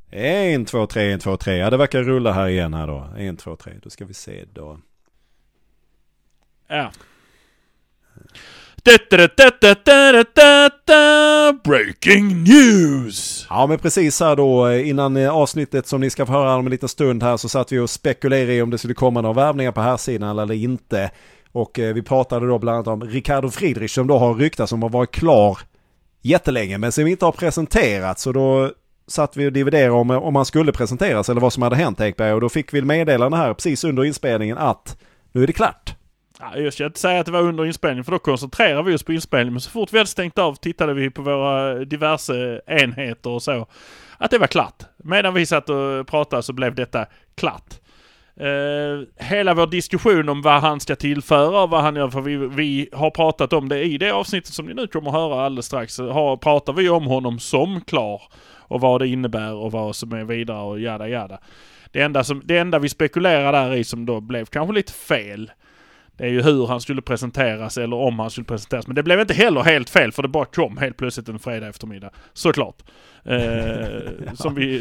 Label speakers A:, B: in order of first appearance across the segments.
A: 1, 2, 3, 1, 2, 3. Ja, det verkar rulla här igen här då. 1, 2, 3. Då ska vi se då.
B: Ja. Breaking news!
A: Ja, men precis här då innan avsnittet som ni ska få höra om en liten stund här så satt vi och spekulerade i om det skulle komma några värvningar på här sidan eller inte. Och vi pratade då bland annat om Ricardo Friedrich som då har ryktats som har varit klar jättelänge men som inte har presenterats. Så då satt vi och dividerade om han skulle presenteras eller vad som hade hänt, Ekberg. Och då fick vi meddelande här precis under inspelningen att nu är det klart.
B: Ja, jag ska inte säga att det var under inspelningen för då koncentrerar vi oss på inspelningen. Men så fort vi hade stängt av tittade vi på våra diverse enheter och så. Att det var klart. Medan vi satt och pratade så blev detta klart. Hela vår diskussion om vad han ska tillföra och vad han gör, för vi har pratat om det i det avsnittet som ni nu kommer att höra alldeles strax. Pratar vi om honom som klar och vad det innebär och vad som är vidare och jada. Det enda vi spekulerar där i som då blev kanske lite fel, det är ju hur han skulle presenteras eller om han skulle presenteras. Men det blev inte heller helt fel för det bara kom helt plötsligt en fredag eftermiddag. Såklart. Som vi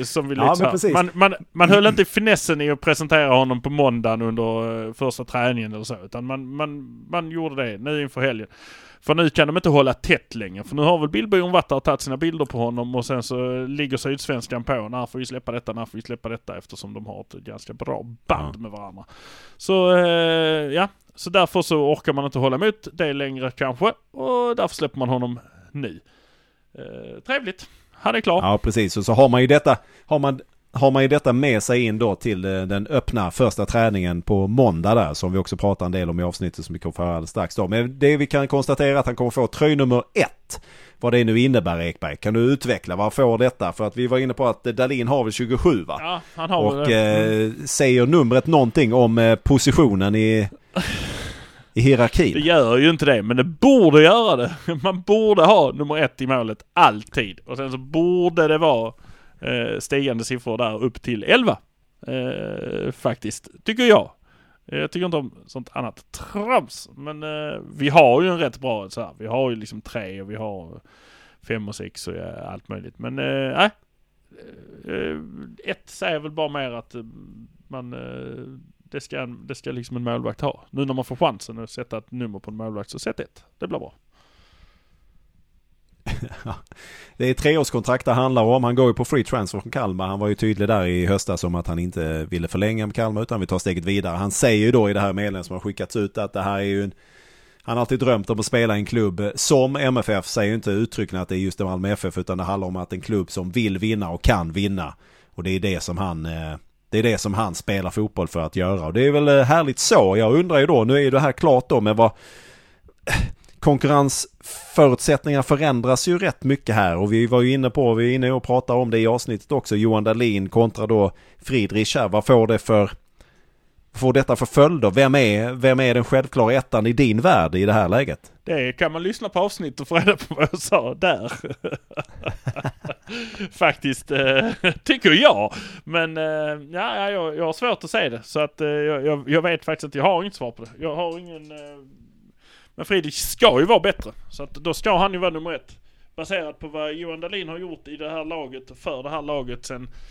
B: man höll inte finessen i att presentera honom på måndagen under första träningen eller så. Utan man gjorde det nu inför helgen. För nu kan de inte hålla tätt längre. För nu har väl bildbyrån varit och tagit sina bilder på honom. Och sen så ligger Sydsvenskan på. När får vi släppa detta? Eftersom de har ett ganska bra band med varandra. Så ja. Så därför så orkar man inte hålla emot det längre kanske. Och därför släpper man honom nu. Trevligt. Han är klar.
A: Ja, precis. Och så har man ju detta med sig in då till den öppna första träningen på måndag där. Som vi också pratar en del om i avsnittet som vi kommer få höra alldeles strax då. Men det vi kan konstatera att han kommer få tröj nummer 1. Vad det nu innebär, Ekberg. Kan du utveckla vad får detta? För att vi var inne på att Dahlin har väl 27, va?
B: Ja, han har
A: och säger numret någonting om positionen i hierarkin.
B: Det gör ju inte det, men det borde göra det. Man borde ha nummer 1 i målet alltid. Och sen så borde det vara stigande siffror där upp till 11. Faktiskt, tycker jag. Jag tycker inte om sånt annat trams. Men vi har ju en rätt bra så här. Vi har ju liksom 3 och vi har 5 och 6 och allt möjligt. Men nej. 1 säger väl bara mer att man... Det ska liksom en målvakt ha. Nu när man får chansen att sätta ett nummer på en målvakt så sätt 1. Det blir bra.
A: Det är 3-årskontrakt det handlar om. Han går ju på free transfer från Kalmar. Han var ju tydlig där i höstas om att han inte ville förlänga med Kalmar utan vi tar steget vidare. Han säger ju då i det här meddelandet som har skickats ut att det här är ju han har alltid drömt om att spela i en klubb som MFF. Säger ju inte uttryckligen att det är just Malmö FF utan det handlar om att en klubb som vill vinna och kan vinna. Och det är det som han spelar fotboll för att göra. Och det är väl härligt så. Jag undrar ju då, nu är det här klart då med vad konkurrensförutsättningar förändras ju rätt mycket här. Och vi är inne och pratar om det i avsnittet också. Johan Dahlin kontra då Friedrich här. Vad får detta för följder? Vem är den självklara ettan i din värld i det här läget?
B: Det kan man lyssna på avsnitt och få reda på vad jag sa där. Faktiskt, tycker jag. Men jag har svårt att säga det. Så att jag vet faktiskt att jag har inget svar på det. Jag har ingen... Men Friedrich ska ju vara bättre. Så att då ska han ju vara nummer 1. Baserat på vad Johan Dahlin har gjort i det här laget och för det här laget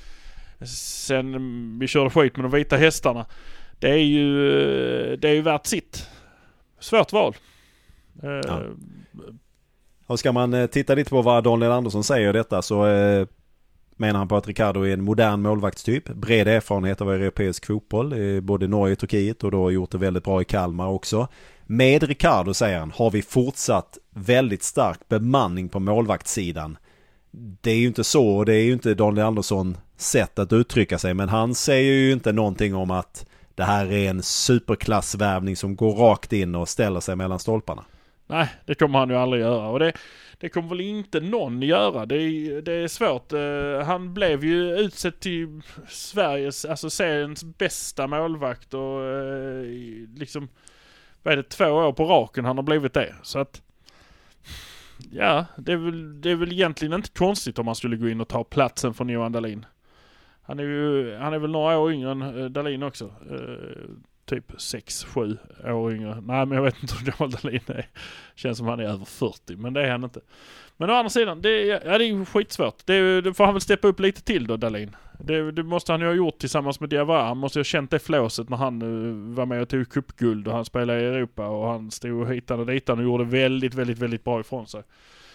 B: sen vi körde skit med de vita hästarna. Det är ju värt sitt. Svårt val.
A: Ja. Och ska man titta lite på vad Daniel Andersson säger detta så menar han på att Ricardo är en modern målvaktstyp. Bred erfarenhet av europeisk fotboll både i Norge och Turkiet och då har gjort det väldigt bra i Kalmar också. Med Ricardo, säger han, har vi fortsatt väldigt stark bemanning på målvaktssidan. Det är ju inte så och det är ju inte Daniel Andersson sätt att uttrycka sig, men han säger ju inte någonting om att det här är en superklassvärvning som går rakt in och ställer sig mellan stolparna. Nej, det kommer han ju aldrig göra. Och det kommer väl inte någon göra. Det är svårt. Han blev ju utsett till Sveriges, alltså seriens bästa målvakt och liksom, vad är det, 2 år på raken han har blivit det. Så att ja, det är väl egentligen inte konstigt om man skulle gå in och ta platsen från Johan Dahlin. Han är väl några år yngre än Dahlin också.
B: typ 6-7 år yngre. Nej, men jag vet inte hur gammal Dahlin är. Känns som han är över 40, men det är han inte. Men å andra sidan, det är ju skitsvårt. Det får han väl steppa upp lite till då, Dahlin. Det måste han ju ha gjort tillsammans med Diawara. Han måste ju ha känt det flåset när han var med och tog cupguld och han spelade i Europa och han stod hitan och ditan och gjorde väldigt, väldigt, väldigt bra ifrån sig.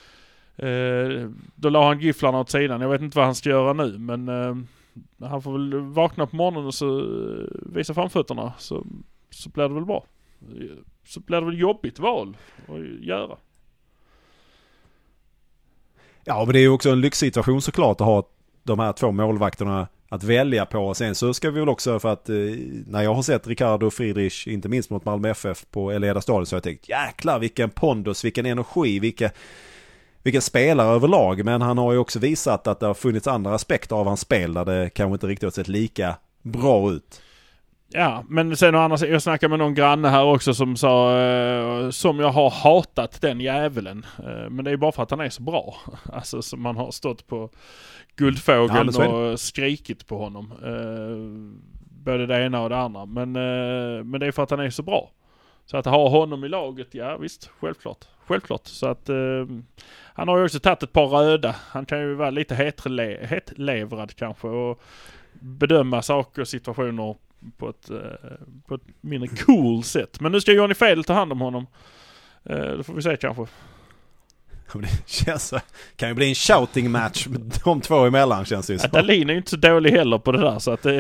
B: Då la han gifflarna åt sidan. Jag vet inte vad han ska göra nu, men han får väl vakna på morgonen och så visa framfötterna, så blir det väl bra. Så blir det väl jobbigt val att göra.
A: Ja, men det är ju också en lyxsituation såklart att ha de här 2 målvakterna att välja på. Sen så ska vi väl också, för att när jag har sett Ricardo och Friedrich, inte minst mot Malmö FF på Eleda stadion, så har jag tänkt, jäklar vilken pondus, vilken energi, vilken spelare överlag. Men han har ju också visat att det har funnits andra aspekter av hans spel där det kanske inte riktigt har sett lika bra ut.
B: Ja, men sen annars, jag snackade med någon granne här också som sa som jag har hatat den jäveln. Men det är bara för att han är så bra. Alltså som man har stått på Guldfågeln och skrikit på honom. Både det ena och det andra. Men det är för att han är så bra. Så att ha honom i laget, ja visst, självklart. Så att han har ju också tagit ett par röda. Han kan ju vara lite hetlevrad kanske och bedöma saker och situationer på ett mindre cool sätt. Men nu ska Johnny Fedel ta hand om honom. Det får vi se kanske.
A: Det känns, kan ju bli en shouting match med de 2 emellan, känns det ju så.
B: Dahlin är ju inte så dålig heller på det där, så att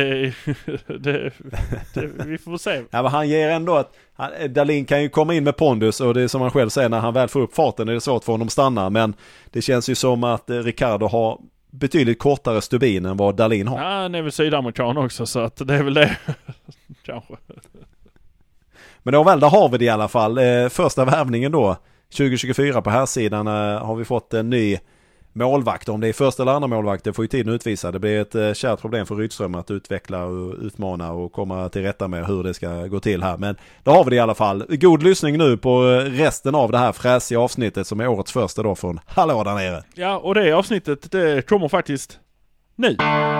B: vi får se.
A: Ja, men han ger ändå att Dahlin kan ju komma in med pondus, och det är som han själv säger, när han väl får upp farten är det svårt för honom att stanna, men det känns ju som att Ricardo har betydligt kortare stubin än vad Dahlin har.
B: Ja, han är väl sydamerikan också, så att det är väl det kanske.
A: Men då väl, där har vi det i alla fall. Första värvningen då 2024 på här sidan har vi fått en ny målvakt. Om det är första eller andra målvakt, det får ju tiden utvisa. Det blir ett kärt problem för Rydström att utveckla och utmana och komma till rätta med hur det ska gå till här. Men då har vi det i alla fall. God lyssning nu på resten av det här fräsiga avsnittet som är årets första då från Hallå där nere.
B: Ja, och det avsnittet det kommer faktiskt nu.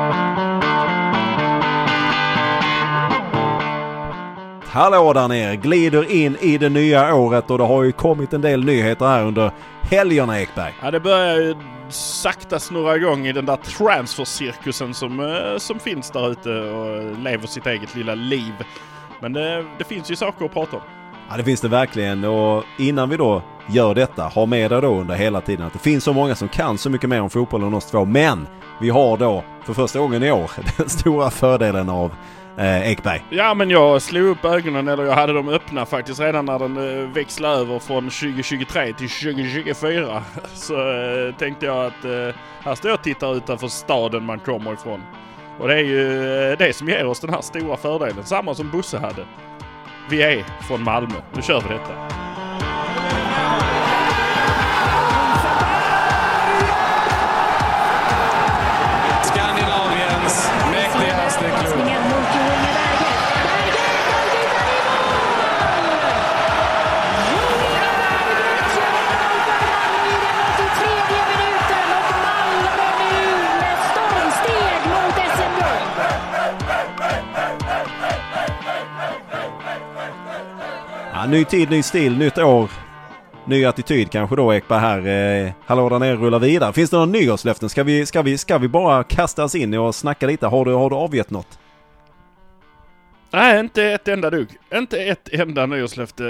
A: Hallå där nere, glider in i det nya året och det har ju kommit en del nyheter här under helgerna, Ekberg.
B: Ja, det börjar ju sakta snurra igång i den där transfercirkusen som finns där ute och lever sitt eget lilla liv. Men det finns ju saker att prata om.
A: Ja, det finns det verkligen, och innan vi då gör detta, ha med det då under hela tiden att det finns så många som kan så mycket mer om fotboll än oss två, men vi har då för första gången i år den stora fördelen av Ekberg.
B: Ja, men jag slog upp ögonen, eller jag hade dem öppna faktiskt redan när den växlade över från 2023 till 2024. Så tänkte jag att här står jag och tittar utanför staden man kommer ifrån. Och det är ju det som ger oss den här stora fördelen. Samma som Bosse hade. Vi är från Malmö. Nu kör vi detta.
A: Ny tid, ny stil, nytt år, ny attityd kanske då, Ekberg här. Hallå där nere, rullar vidare. Finns det någon nyårslöften? Ska vi bara kasta oss in och snacka lite? Har du avgett något?
B: Nej, inte ett enda dugg. Inte ett enda nyårslöfte.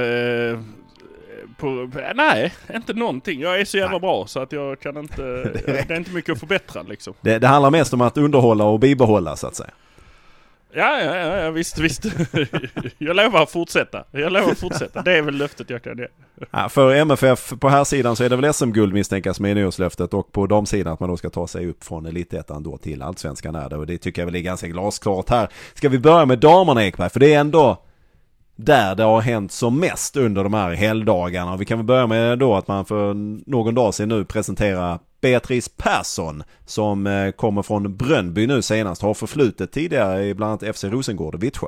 B: Nej, inte någonting. Jag är så jävla bra så att jag kan inte... det är inte mycket att förbättra liksom.
A: Det handlar mest om att underhålla och bibehålla så att säga.
B: Ja, visst. Jag lovar att fortsätta. Det är väl löftet jag kan ge.
A: Ja, för MFF på här sidan så är det väl SM-guld misstänkas med nyårslöftet, och på de sidan att man då ska ta sig upp från Elitettan då till Allsvenskan där. Och det tycker jag väl är ganska glasklart här. Ska vi börja med damerna, Ekberg? För det är ändå där det har hänt som mest under de här helgdagarna. Och vi kan väl börja med då att man för någon dag sedan nu presenterar Beatrice Persson som kommer från Brönnby nu senast, har förflutet tidigare i bland annat FC Rosengård och Vittsjö.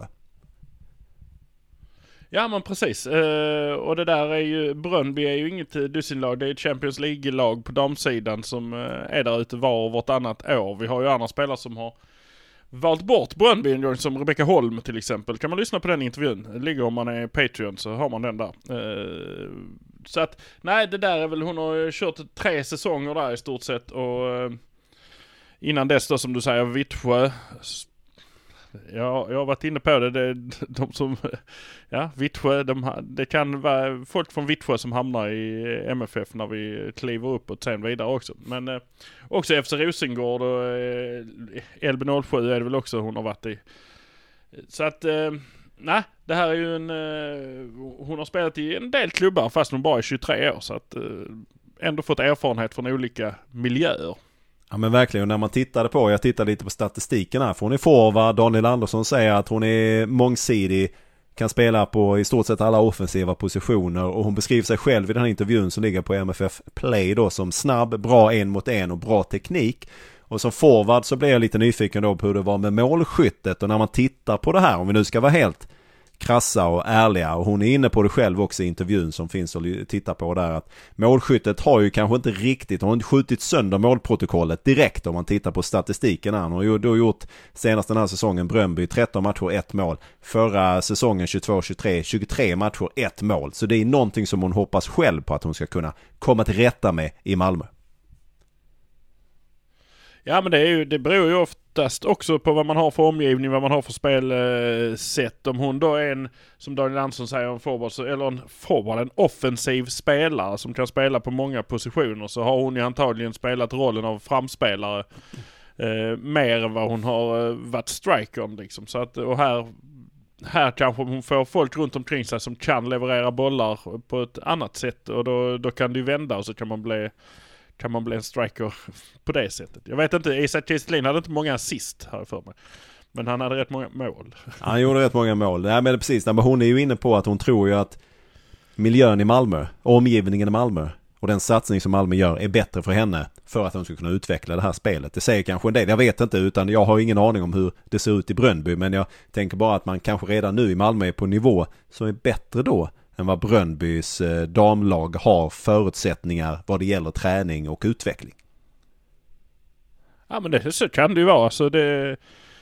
B: Ja, men precis. Och det där är ju, Brönnby är ju inget dussinlag, det är ett Champions League-lag på damsidan som är där ute var och vartannat år. Vi har ju andra spelare som har valt bort Bröndby en gång, som Rebecka Holm till exempel. Kan man lyssna på den intervjun? Det ligger om man är Patreon, så har man den där. Så att, nej, det där är väl, hon har kört 3 säsonger där i stort sett, och innan dess då, som du säger, Vittsjö. Ja, jag har varit inne på det, de som, ja, Vittsjö, det kan vara folk från Vittsjö som hamnar i MFF när vi kliver upp och sen vidare också. Men också FC Rosengård och LB07 är det väl också hon har varit i. Så att, nej, det här är ju hon har spelat i en del klubbar fast hon bara är 23 år, så att ändå fått erfarenhet från olika miljöer.
A: Ja, men verkligen, när man jag tittade lite på statistiken här, för hon är forward. Daniel Andersson säger att hon är mångsidig, kan spela på i stort sett alla offensiva positioner, och hon beskriver sig själv i den här intervjun som ligger på MFF Play då som snabb, bra 1 mot 1 och bra teknik. Och som forward så blir jag lite nyfiken då på hur det var med målskyttet, och när man tittar på det här, om vi nu ska vara helt krassa och ärliga, och hon är inne på det själv också i intervjun som finns att titta på där, att målskyttet har ju kanske inte riktigt, hon har inte skjutit sönder målprotokollet direkt om man tittar på statistiken. Hon har ju då gjort senast den här säsongen Bröndby 13 matcher 1 mål, förra säsongen 22-23 23 matcher 1 mål, så det är någonting som hon hoppas själv på att hon ska kunna komma till rätta med i Malmö.
B: Ja, men det beror ju oftast också på vad man har för omgivning, vad man har för spelsätt. Om hon då är en, som Daniel Andersson säger, en offensiv spelare som kan spela på många positioner, så har hon ju antagligen spelat rollen av framspelare mer än vad hon har varit striker om liksom. Så att, och här kanske hon får folk runt omkring sig som kan leverera bollar på ett annat sätt, och då kan det ju vända, och så kan man bli en striker på det sättet. Jag vet inte, Isak Kristelin hade inte många assist här för mig. Men han hade rätt många mål.
A: Han gjorde rätt många mål. Nej, men precis, men hon är ju inne på att hon tror ju att miljön i Malmö, omgivningen i Malmö och den satsning som Malmö gör är bättre för henne för att hon ska kunna utveckla det här spelet. Det säger kanske en del, jag vet inte, utan jag har ingen aning om hur det ser ut i Bröndby, men jag tänker bara att man kanske redan nu i Malmö är på nivå som är bättre då än vad Bröndbys damlag har förutsättningar vad det gäller träning och utveckling.
B: Ja, men det så kan det ju vara. Så det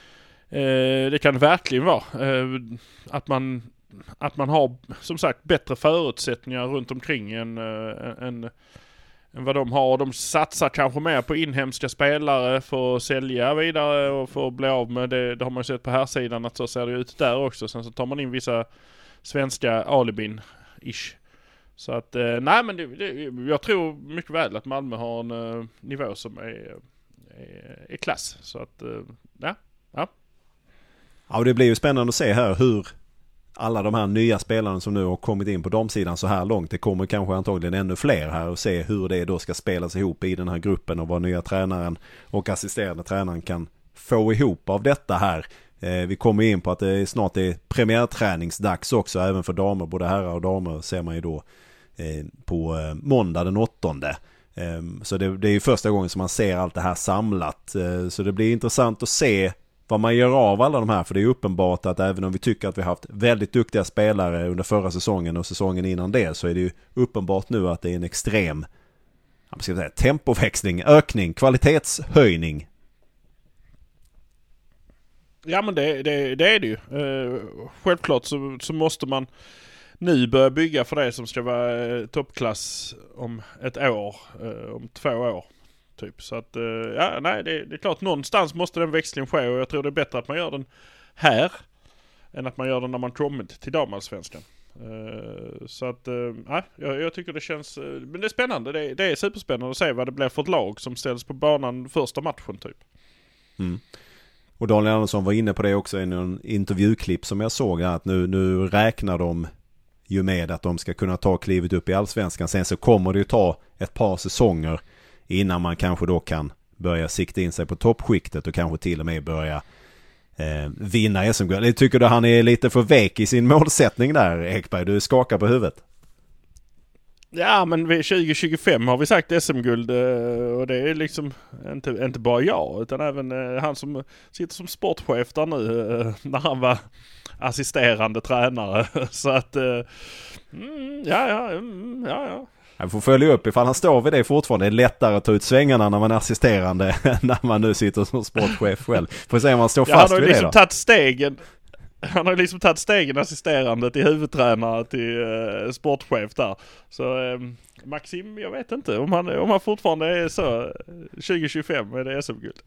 B: kan verkligen vara att man har, som sagt, bättre förutsättningar runt omkring än vad de har. De satsar kanske mer på inhemska spelare för att sälja vidare och för att bli av med det. Det har man ju sett på här sidan att så ser det ut där också. Sen så tar man in vissa svenska alibin-ish. Så att, nej, men jag tror mycket väl att Malmö har en nivå som är klass. Så att, ja.
A: Ja, det blir ju spännande att se här hur alla de här nya spelarna som nu har kommit in på damsidan så här långt, det kommer kanske antagligen ännu fler här, och se hur det då ska spelas ihop i den här gruppen och vad nya tränaren och assisterande tränaren kan få ihop av detta här. Vi kommer in på att det snart är premiärträningsdags också, även för damer, både herrar och damer ser man ju då på måndag den 8:e. Så det är ju första gången som man ser allt det här samlat, så det blir intressant att se vad man gör av alla de här, för det är uppenbart att även om vi tycker att vi har haft väldigt duktiga spelare under förra säsongen och säsongen innan det, så är det ju uppenbart nu att det är en extrem tempoväxling, ökning, kvalitetshöjning.
B: Ja, men det är det ju. Självklart så måste man nu börja bygga för det som ska vara toppklass om ett år, om 2 år. Typ. Så att, ja, nej, det är klart, någonstans måste den växlingen ske, och jag tror det är bättre att man gör den här än att man gör den när man kommit till damallsvenskan. Så att, nej, jag tycker det känns, men det är spännande, det är superspännande att se vad det blir för ett lag som ställs på banan första matchen typ.
A: Mm. Och Daniel Andersson var inne på det också i en intervjuklipp som jag såg här, att nu räknar de ju med att de ska kunna ta klivet upp i allsvenskan. Sen så kommer det ju ta ett par säsonger innan man kanske då kan börja sikta in sig på toppskiktet och kanske till och med börja vinna SM-guld. Tycker du han är lite för vek i sin målsättning där, Ekberg? Du skakar på huvudet.
B: Ja, men 2025 har vi sagt SM-guld, och det är liksom inte bara jag, utan även han som sitter som sportchef där nu när han var assisterande tränare. Så att ja.
A: Jag får följa upp ifall han står vid det fortfarande. Det är lättare att ta ut svängarna när man är assisterande när man nu sitter som sportchef själv. Får se om han står fast vid det då.
B: Han har liksom tagit stegen assisterande till huvudtränare till sportchef där. Så Maxim, jag vet inte om han fortfarande är så 2025 är det SM-guld.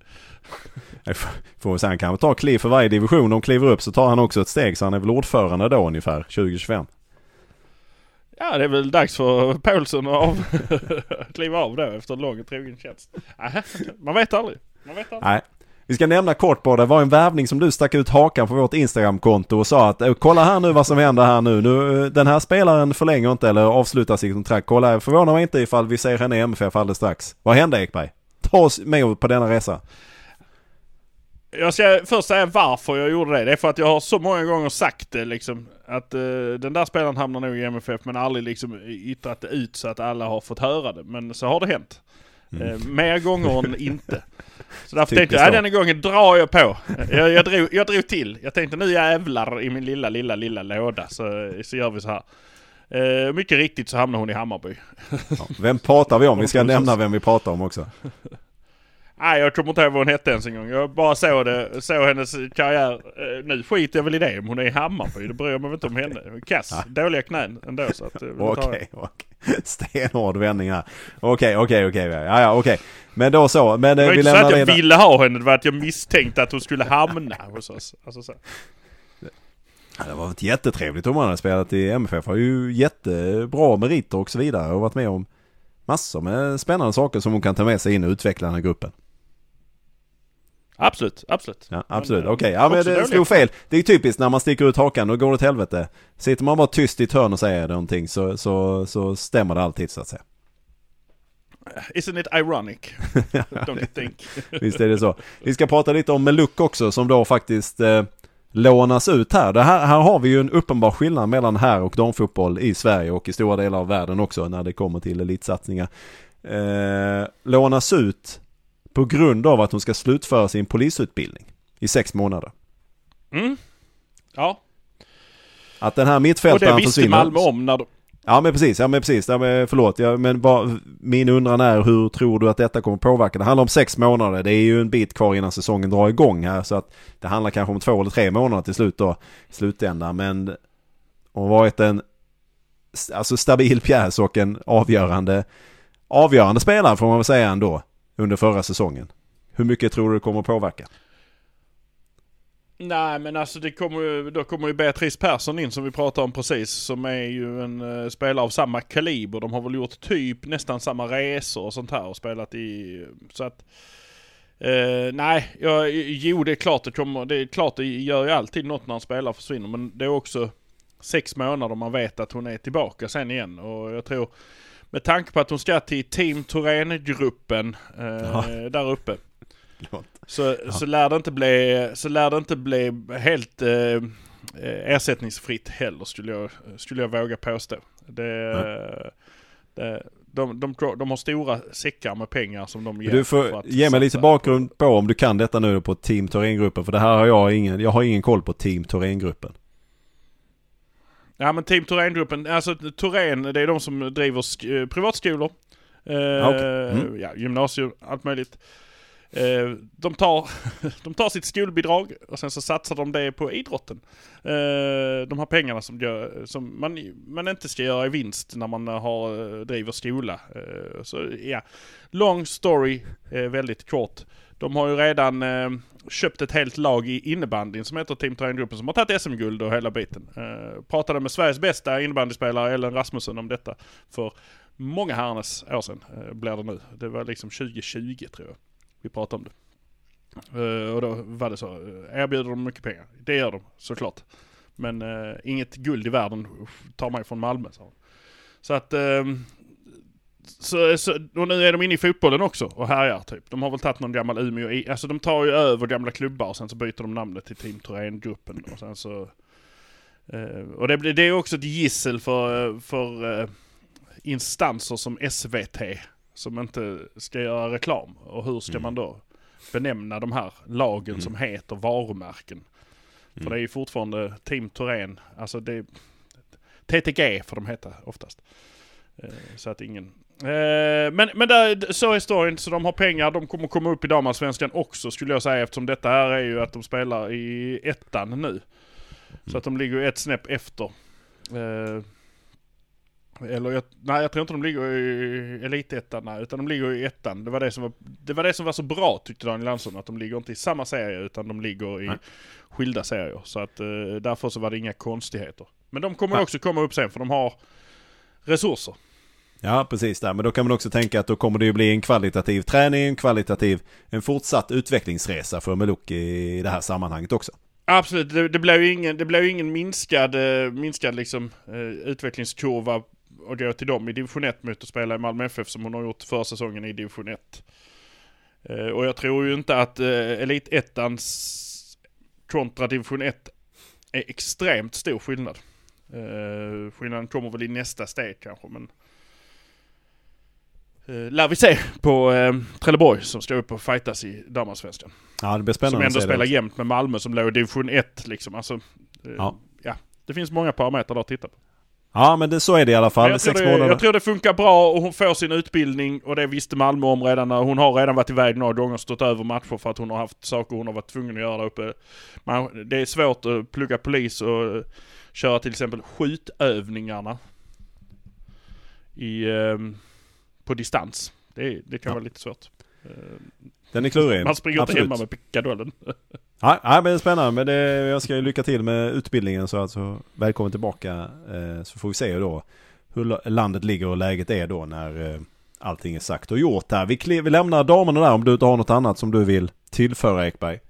A: Får se, han kan ta kliv för varje division. De kliver upp så tar han också ett steg, så han är väl ordförande då ungefär 2025.
B: Ja, det är väl dags för Paulsson att kliva av då efter en lång och trogen tjänst. Man vet aldrig.
A: Nej. Vi ska nämna kort på det. var en värvning som du stack ut hakan på vårt Instagram-konto och sa att kolla här nu vad som händer här nu. Den här spelaren förlänger inte eller avslutar sitt kontrakt. Kolla, förvånar mig inte ifall vi ser henne i MFF alldeles strax. Vad hände, Ekberg? Ta oss med på denna resa.
B: Jag ska först säga varför jag gjorde det. Det är för att jag har så många gånger sagt det liksom, att den där spelaren hamnar nog i MFF, men aldrig liksom yttrat det ut så att alla har fått höra det. Men så har det hänt. Mer gånger än inte. Så därför tänkte jag, denna gången drar jag på. Jag drog till. Jag tänkte, nu jävlar i min lilla låda. Så gör vi så här. Mycket riktigt så hamnar hon i Hammarby.
A: Ja, vem pratar vi om? Vi ska nämna vem vi pratar om också.
B: Nej, jag kommer inte ihåg vad hon hette ens en gång. Jag bara såg hennes karriär. Nu skiter jag väl i det. Om hon är i Hammarby, då bryr jag mig inte om henne. Kass, dåliga knän ändå.
A: Okej. Stenhård vändning här. Okej. Ja, okej. Men då så. Men
B: det var
A: vi
B: inte så att jag
A: redan
B: ville ha henne. Det var att jag misstänkte att hon skulle hamna hos oss. Alltså så.
A: Ja, det var ett jättetrevligt om man hade spelat i MFF. Har ju jättebra meriter och så vidare. Och varit med om massor med spännande saker som hon kan ta med sig in och utveckla den här gruppen.
B: Absolut.
A: Ja, absolut. Okej. Ja, men det slog fel. Det är typiskt när man sticker ut hakan och går åt helvete. Sitter man bara tyst i ett hörn och säger någonting så stämmer det alltid, så att säga.
B: Isn't it ironic? Don't you think?
A: Visst är det så. Vi ska prata lite om Meluk också, som då faktiskt lånas ut här. Här har vi ju en uppenbar skillnad mellan här och damfotboll i Sverige och i stora delar av världen också när det kommer till elitsatsningar. Lånas ut på grund av att hon ska slutföra sin polisutbildning i 6 månader.
B: Ja.
A: Att den här mittfältaren
B: försvinner. Och det visste Malmö om när de...
A: Ja men precis. Ja, men förlåt. Min undran är, hur tror du att detta kommer påverka? Det handlar om 6 månader. Det är ju en bit kvar innan säsongen drar igång här. Så att det handlar kanske om 2 eller 3 månader till slut då. Slutändan. Men hon har varit en stabil pjäs och en avgörande spelare får man väl säga ändå under förra säsongen. Hur mycket tror du det kommer att påverka?
B: Nej, men alltså då kommer ju Beatrice Persson in som vi pratade om precis, som är ju en spelare av samma kaliber. De har väl gjort typ nästan samma resor och sånt här och spelat i, så att nej, det är klart det gör ju alltid något när en spelare försvinner, men det är också 6 månader man vet att hon är tillbaka sen igen, och jag tror med tanke på att hon ska till Team Torén-gruppen där uppe. Så lär det inte bli helt ersättningsfritt heller, skulle jag våga påstå. De har stora säckar med pengar som de ger.
A: Du får ge mig lite bakgrund på, om du kan detta nu på Team Torén-gruppen, för det här har jag har ingen koll på Team Torén-gruppen.
B: Ja, men Team Torén-gruppen, alltså Torén, det är de som driver privatskolor, ja, gymnasium, allt möjligt. De tar sitt skolbidrag och sen så satsar de det på idrotten. De här pengarna som man inte ska göra i vinst när man driver skola. Så ja, long story, väldigt kort. De har ju redan köpt ett helt lag i innebandyn som heter Team Torén-gruppen, som har tagit SM-guld och hela biten. Pratade med Sveriges bästa innebandyspelare Ellen Rasmussen om detta för många herrarnas år sedan blir det nu. Det var liksom 2020 tror jag vi pratade om det. Och då var det så, erbjuder de mycket pengar? Det gör de, såklart. Men inget guld i världen tar mig från Malmö. Så att och nu är de inne i fotbollen också och härjar typ. De har väl tagit någon gammal Umeå, alltså de tar ju över gamla klubbar och sen så byter de namnet till Team Torén-gruppen och sen så och det är också ett gissel för instanser som SVT som inte ska göra reklam. Och hur ska man då benämna de här lagen som heter varumärken? För det är ju fortfarande Team Torén, alltså det TTG för de heter oftast. Så att ingen... Men där, så är storyn, så de har pengar, de kommer komma upp i damallsvenskan också skulle jag säga, eftersom detta här är ju att de spelar i ettan nu. Så att de ligger ett snäpp efter. Jag tror inte de ligger i elitettan, utan de ligger i ettan. Det var det som var så bra, tyckte Daniel Andersson, att de ligger inte i samma serie utan de ligger i skilda serier. Så att därför så var det inga konstigheter. Men de kommer också komma upp sen, för de har resurser.
A: Ja, precis där. Men då kan man också tänka att då kommer det ju bli en kvalitativ träning, en fortsatt utvecklingsresa för Meluk i det här sammanhanget också.
B: Absolut, det blev ju ingen minskad liksom, utvecklingskurva att gå till dem i division 1 mot att spela i Malmö FF som hon har gjort för säsongen i division 1. Och jag tror ju inte att Elit 1-ans kontra division 1 är extremt stor skillnad. Skillnaden kommer väl i nästa steg kanske, men lär vi se på Trelleborg som ska upp och fightas i damallsvenskan.
A: Ja, det blir spännande.
B: Som ändå spelar jämnt med Malmö som låg i division 1 liksom. Alltså, det finns många parametrar där att titta på.
A: Ja, men så är det i alla fall.
B: Jag tror det funkar bra och hon får sin utbildning, och det visste Malmö om redan. Hon har redan varit iväg några gånger och stått över matcher för att hon har haft saker hon har varit tvungen att göra där uppe. Det är svårt att plugga polis och köra till exempel skjutövningarna på distans. Det kan vara lite svårt.
A: Den är klurig.
B: Man springer inte hemma med pickadollen.
A: Ja, men det är spännande. Men jag ska ju lycka till med utbildningen, så alltså välkommen tillbaka, så får vi se då hur landet ligger och läget är då när allting är sagt och gjort här. Vi lämnar damerna där om du inte har något annat som du vill tillföra, Ekberg.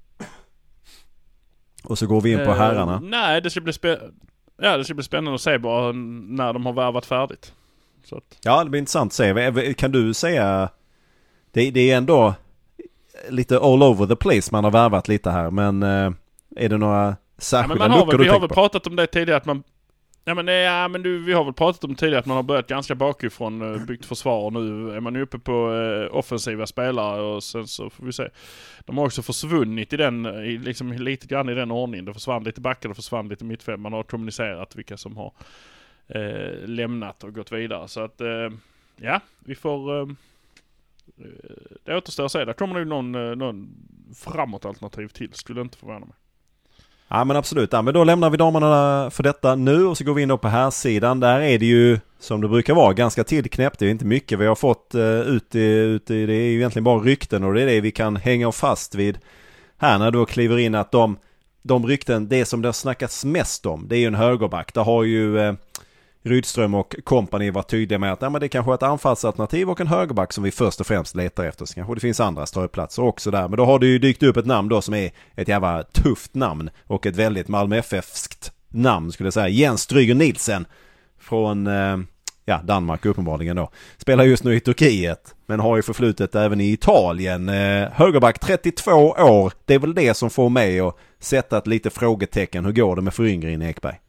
A: Och så går vi in på herrarna.
B: Nej, det ska bli spännande att se bara när de har värvat färdigt. Så att... Ja,
A: det blir intressant att se. Kan du säga... Det är ändå lite all over the place man har värvat lite här, men är det några särskilda luckor du
B: vi har väl
A: på?
B: pratat om det tidigare att man... vi har väl pratat om tidigare att man har börjat ganska bakifrån, byggt försvar, och nu är man uppe på offensiva spelare, och sen så får vi se. De har också försvunnit liksom lite grann i den ordningen. Det försvann lite backar, det försvann lite mittfält. Man har kommunicerat vilka som har lämnat och gått vidare. Så att vi får... det återstår att säga. Där kommer nog någon framåt alternativ till. Skulle inte förvåna mig.
A: Ja, men absolut. Ja, men då lämnar vi damerna för detta nu, och så går vi in då på här sidan. Där är det ju, som det brukar vara, ganska tidknäppt. Det är inte mycket vi har fått ut i det är ju egentligen bara rykten, och det är det vi kan hänga oss fast vid här när du kliver in, att de rykten, det som det har snackats mest om, det är ju en högerback. Det har ju Rydström och kompani var tydliga med att men det kanske är ett anfallsalternativ och en högerback som vi först och främst letar efter. Så kanske det finns andra ströplatser också där. Men då har det ju dykt upp ett namn då som är ett jävla tufft namn och ett väldigt Malmö FF-skt namn skulle jag säga. Jens Stryger Nielsen från Danmark uppenbarligen då. Spelar just nu i Turkiet, men har ju förflutet även i Italien. Högerback 32 år. Det är väl det som får mig att sätta ett lite frågetecken. Hur går det med föryngringen, Ekberg?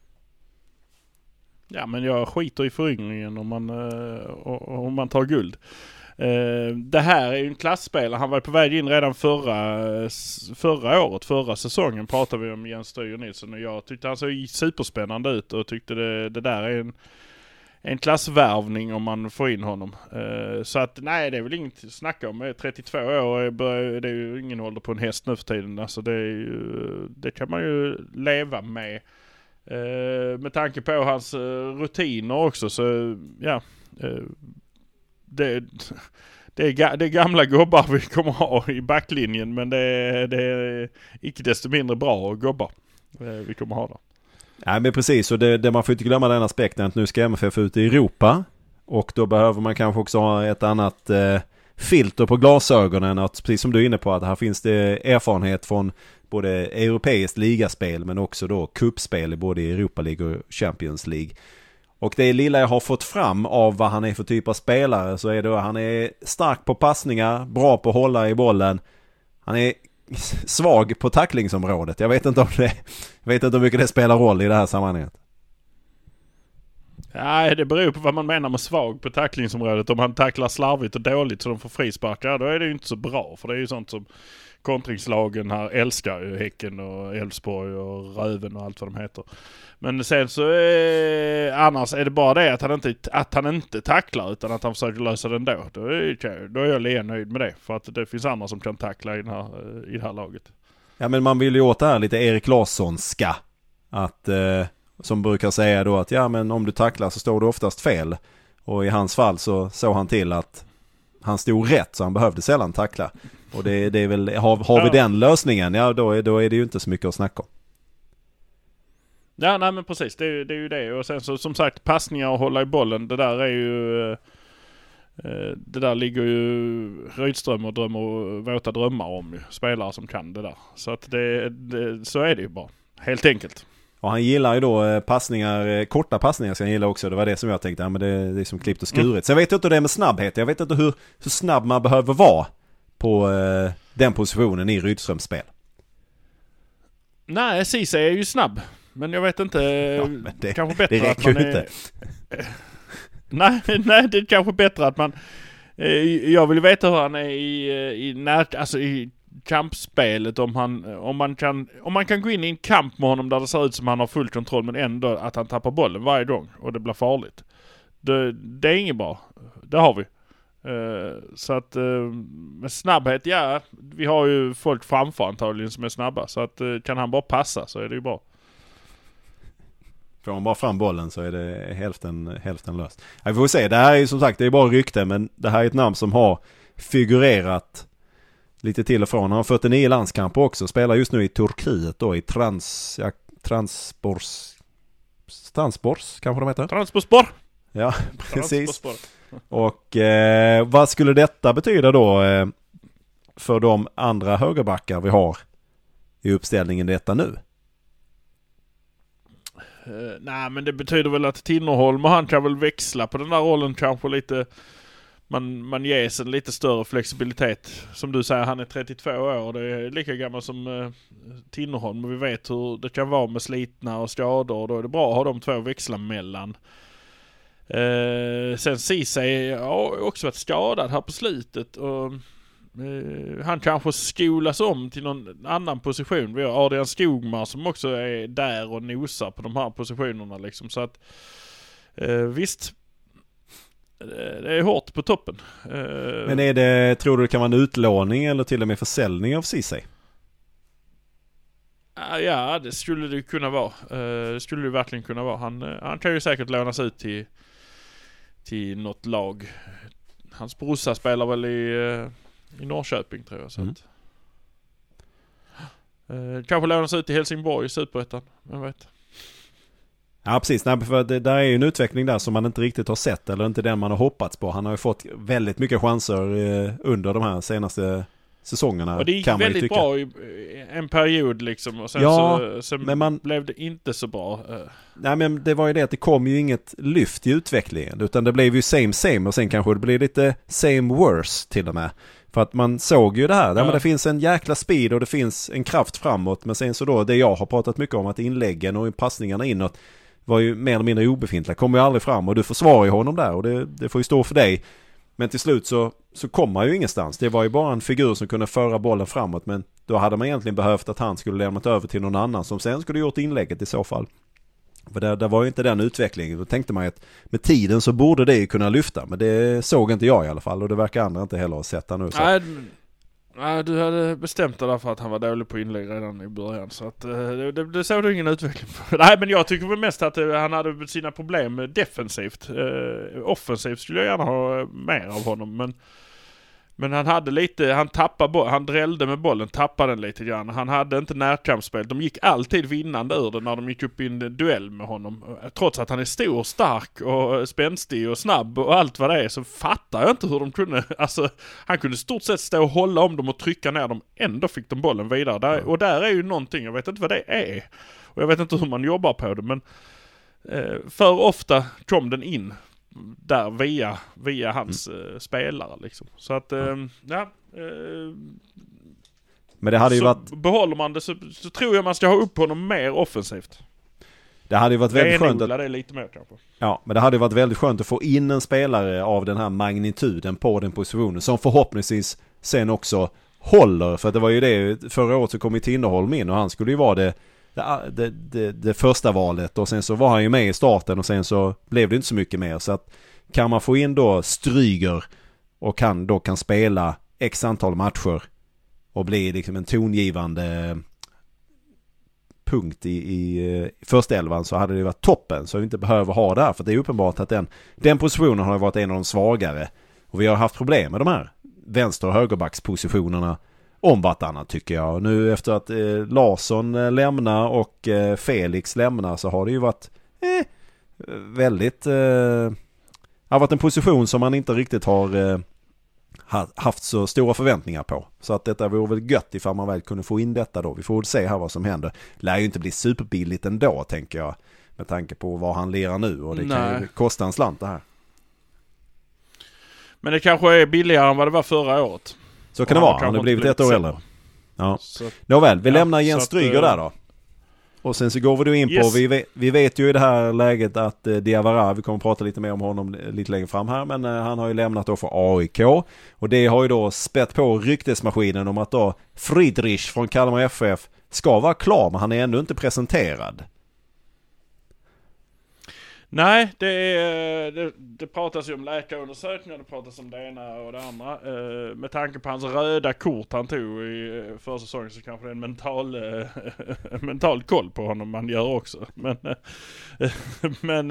B: Ja, men jag skiter i föryngringen om man tar guld. Det här är ju en klassspelare. Han var på väg in redan förra säsongen pratade vi om Jens Stryger Nielsen, och jag tyckte han såg superspännande ut och tyckte det där är en klassvärvning om man får in honom. Så att nej, det är väl inget att snacka om. 32 år det är ju ingen ålder på en häst nu för tiden. Alltså det kan man ju leva med. Med tanke på hans rutiner också, så det är gamla gubbar vi kommer ha i backlinjen, men det är icke desto mindre bra gubbar vi kommer ha där.
A: Ja, men precis, och det man får inte glömma den aspekten att nu ska MFF ut i Europa, och då behöver man kanske också ha ett annat filter på glasögonen, att precis som du är inne på, att här finns det erfarenhet från både europeiskt ligaspel men också då cupspel i både Europa League och Champions League. Och det lilla jag har fått fram av vad han är för typ av spelare, så är det att han är stark på passningar, bra på att hålla i bollen. Han är svag på tacklingsområdet. Jag vet inte hur mycket det spelar roll i det här sammanhanget.
B: Nej, det beror på vad man menar med svag på tacklingsområdet. Om han tacklar slarvigt och dåligt så de får frisparkar, då är det ju inte så bra. För det är ju sånt som kontringslagen här älskar ju, Häcken och Elfsborg och Röven och allt vad de heter. Men sen så annars är det bara det att han inte tacklar utan att han försöker lösa den då. Då är jag lite nöjd med det. För att det finns andra som kan tackla i det här laget.
A: Ja, men man vill ju åt det här lite Erik Larssonska. Att, som brukar säga då att ja, men om du tacklar så står du oftast fel. Och i hans fall så såg han till att han stod rätt så han behövde sällan tackla. Och det är väl, har vi den lösningen, ja då är det ju inte så mycket att snacka om.
B: Ja, nej men precis, det är ju det. Och sen så som sagt, passningar och hålla i bollen, det där är ju det där ligger ju Rydström och våta drömmar om ju. Spelare som kan det där. Så att så är det ju bara, helt enkelt. Och
A: han gillar ju då passningar, korta passningar ska han gilla också. Det var det som jag tänkte, ja, men det är som klippt och skurit. Sen vet jag inte hur det är med snabbhet. Jag vet inte hur snabb man behöver vara på den positionen i Rydströms spel.
B: Nej, Ceesay är ju snabb. Men jag vet inte,
A: ja,
B: kanske bättre
A: det
B: att man
A: inte.
B: Nej, det är kanske bättre att man jag vill veta hur han är i kampspelet, om man kan gå in i en kamp med honom där det ser ut som han har full kontroll men ändå att han tappar bollen varje gång och det blir farligt. Det är inget bra. Det har vi. Så att med snabbhet, ja, vi har ju folk framför antagligen som är snabba, så att kan han bara passa så är det ju bra.
A: Får man bara fram bollen så är det hälften löst. Vi får se, det här är ju som sagt, det är bara rykte, men det här är ett namn som har figurerat lite till och från. Han har 49 landskamper också, spelar just nu i Turkiet då, i Transpors kanske de heter?
B: Transportspor!
A: Ja, precis. Och vad skulle detta betyda då för de andra högerbackar vi har i uppställningen detta nu?
B: Nej, men det betyder väl att Tinnerholm och han kan väl växla på den där rollen kanske lite. Man ges en lite större flexibilitet. Som du säger, han är 32 år. Det är lika gammal som Tinnerholm. Och vi vet hur det kan vara med slitna och skador. Och då är det bra att ha de två att växla mellan. Sen Ceesay har också varit skadad här på slutet. Och han kanske skolas om till någon annan position. Vi har Adrian Skogmar som också är där och nosar på de här positionerna liksom. Så att visst, det är hårt på toppen.
A: Men tror du det kan vara en utlåning eller till och med försäljning av Ceesay?
B: Ja, det skulle det kunna vara. Det skulle det verkligen kunna vara. Han kan ju säkert lånas ut till något lag. Hans brorsa spelar väl i Norrköping tror jag. Så att, kanske lånas ut till Helsingborg i Superettan. Jag vet.
A: Ja, precis. Nej, för det där är ju en utveckling där som man inte riktigt har sett eller inte den man har hoppats på. Han har ju fått väldigt mycket chanser under de här senaste säsongerna.
B: Och det gick väldigt bra i en period liksom. Och sen blev det inte så bra.
A: Nej, men det var ju det att det kom ju inget lyft i utvecklingen. Utan det blev ju same och sen kanske det blir lite same worse till och med. För att man såg ju det här. Ja. Men det finns en jäkla speed och det finns en kraft framåt. Men sen så då, det jag har pratat mycket om, att inläggen och passningarna inåt var ju mer eller mindre obefintliga. Kommer ju aldrig fram och du försvarar ju honom där. Och det får ju stå för dig. Men till slut så kom man ju ingenstans. Det var ju bara en figur som kunde föra bollen framåt. Men då hade man egentligen behövt att han skulle lämnat över till någon annan som sen skulle gjort inlägget i så fall. För det var ju inte den utvecklingen. Då tänkte man ju att med tiden så borde det ju kunna lyfta. Men det såg inte jag i alla fall. Och det verkar andra inte heller ha sett han nu. Så.
B: Nej, du hade bestämt det därför att han var dålig på inlägg redan i början. Så att det såg du ingen utveckling på. Nej, men jag tycker väl mest att han hade sina problem defensivt. Offensivt skulle jag gärna ha mer av honom. Men han hade lite, han drällde med bollen, tappade den lite grann. Han hade inte närkampsspel. De gick alltid vinnande ur det när de gick upp i en duell med honom. Trots att han är stor, stark och spänstig och snabb och allt vad det är, så fattar jag inte hur de kunde, alltså han kunde stort sett stå och hålla om dem och trycka ner dem. Ändå fick de bollen vidare. Och där är ju någonting, jag vet inte vad det är. Och jag vet inte hur man jobbar på det, men för ofta kom den in där via hans spelare liksom. Så att
A: men det hade ju varit,
B: behåller man det så tror jag man ska ha upp honom mer offensivt.
A: Det hade ju varit väldigt skönt
B: att... det lite mer kanske.
A: Ja, men det hade varit väldigt skönt att få in en spelare av den här magnituden på den positionen som förhoppningsvis sen också håller. För det var ju det, förra året så kom ju Tinnerholm in och han skulle ju vara det första valet och sen så var han ju med i starten och sen så blev det inte så mycket mer. Så att kan man få in då Stryger och då kan spela x antal matcher och bli liksom en tongivande punkt i första elvan, så hade det varit toppen, så vi inte behöver ha det här, för det är uppenbart att den positionen har varit en av de svagare och vi har haft problem med de här vänster- och högerbackspositionerna om vartannat, tycker jag. Nu efter att Larsson lämnar och Felix lämnar, så har det ju varit väldigt har varit en position som man inte riktigt har haft så stora förväntningar på. Så att detta vore väl gött ifall man väl kunde få in detta då. Vi får väl se här vad som händer. Lär ju inte bli superbilligt ändå, tänker jag, med tanke på vad han lirar nu, och det kan ju kosta en slant det här. Men
B: det kanske är billigare än vad det var förra året.
A: Så kan det vara. Han har blivit ett år äldre. Ja. Nåväl, vi lämnar Jens Stryger där då. Och sen så går vi in på, vi vet ju i det här läget att Diawara, vi kommer att prata lite mer om honom lite längre fram här, men han har ju lämnat då för AIK, och det har ju då spett på ryktesmaskinen om att då Friedrich från Kalmar FF ska vara klar, men han är ännu inte presenterad.
B: Nej, det pratas ju om läkarundersökningar, det pratas om det ena och det andra. Med tanke på hans röda kort han tog i förra säsongen, så kanske det är en mental koll på honom man gör också. Men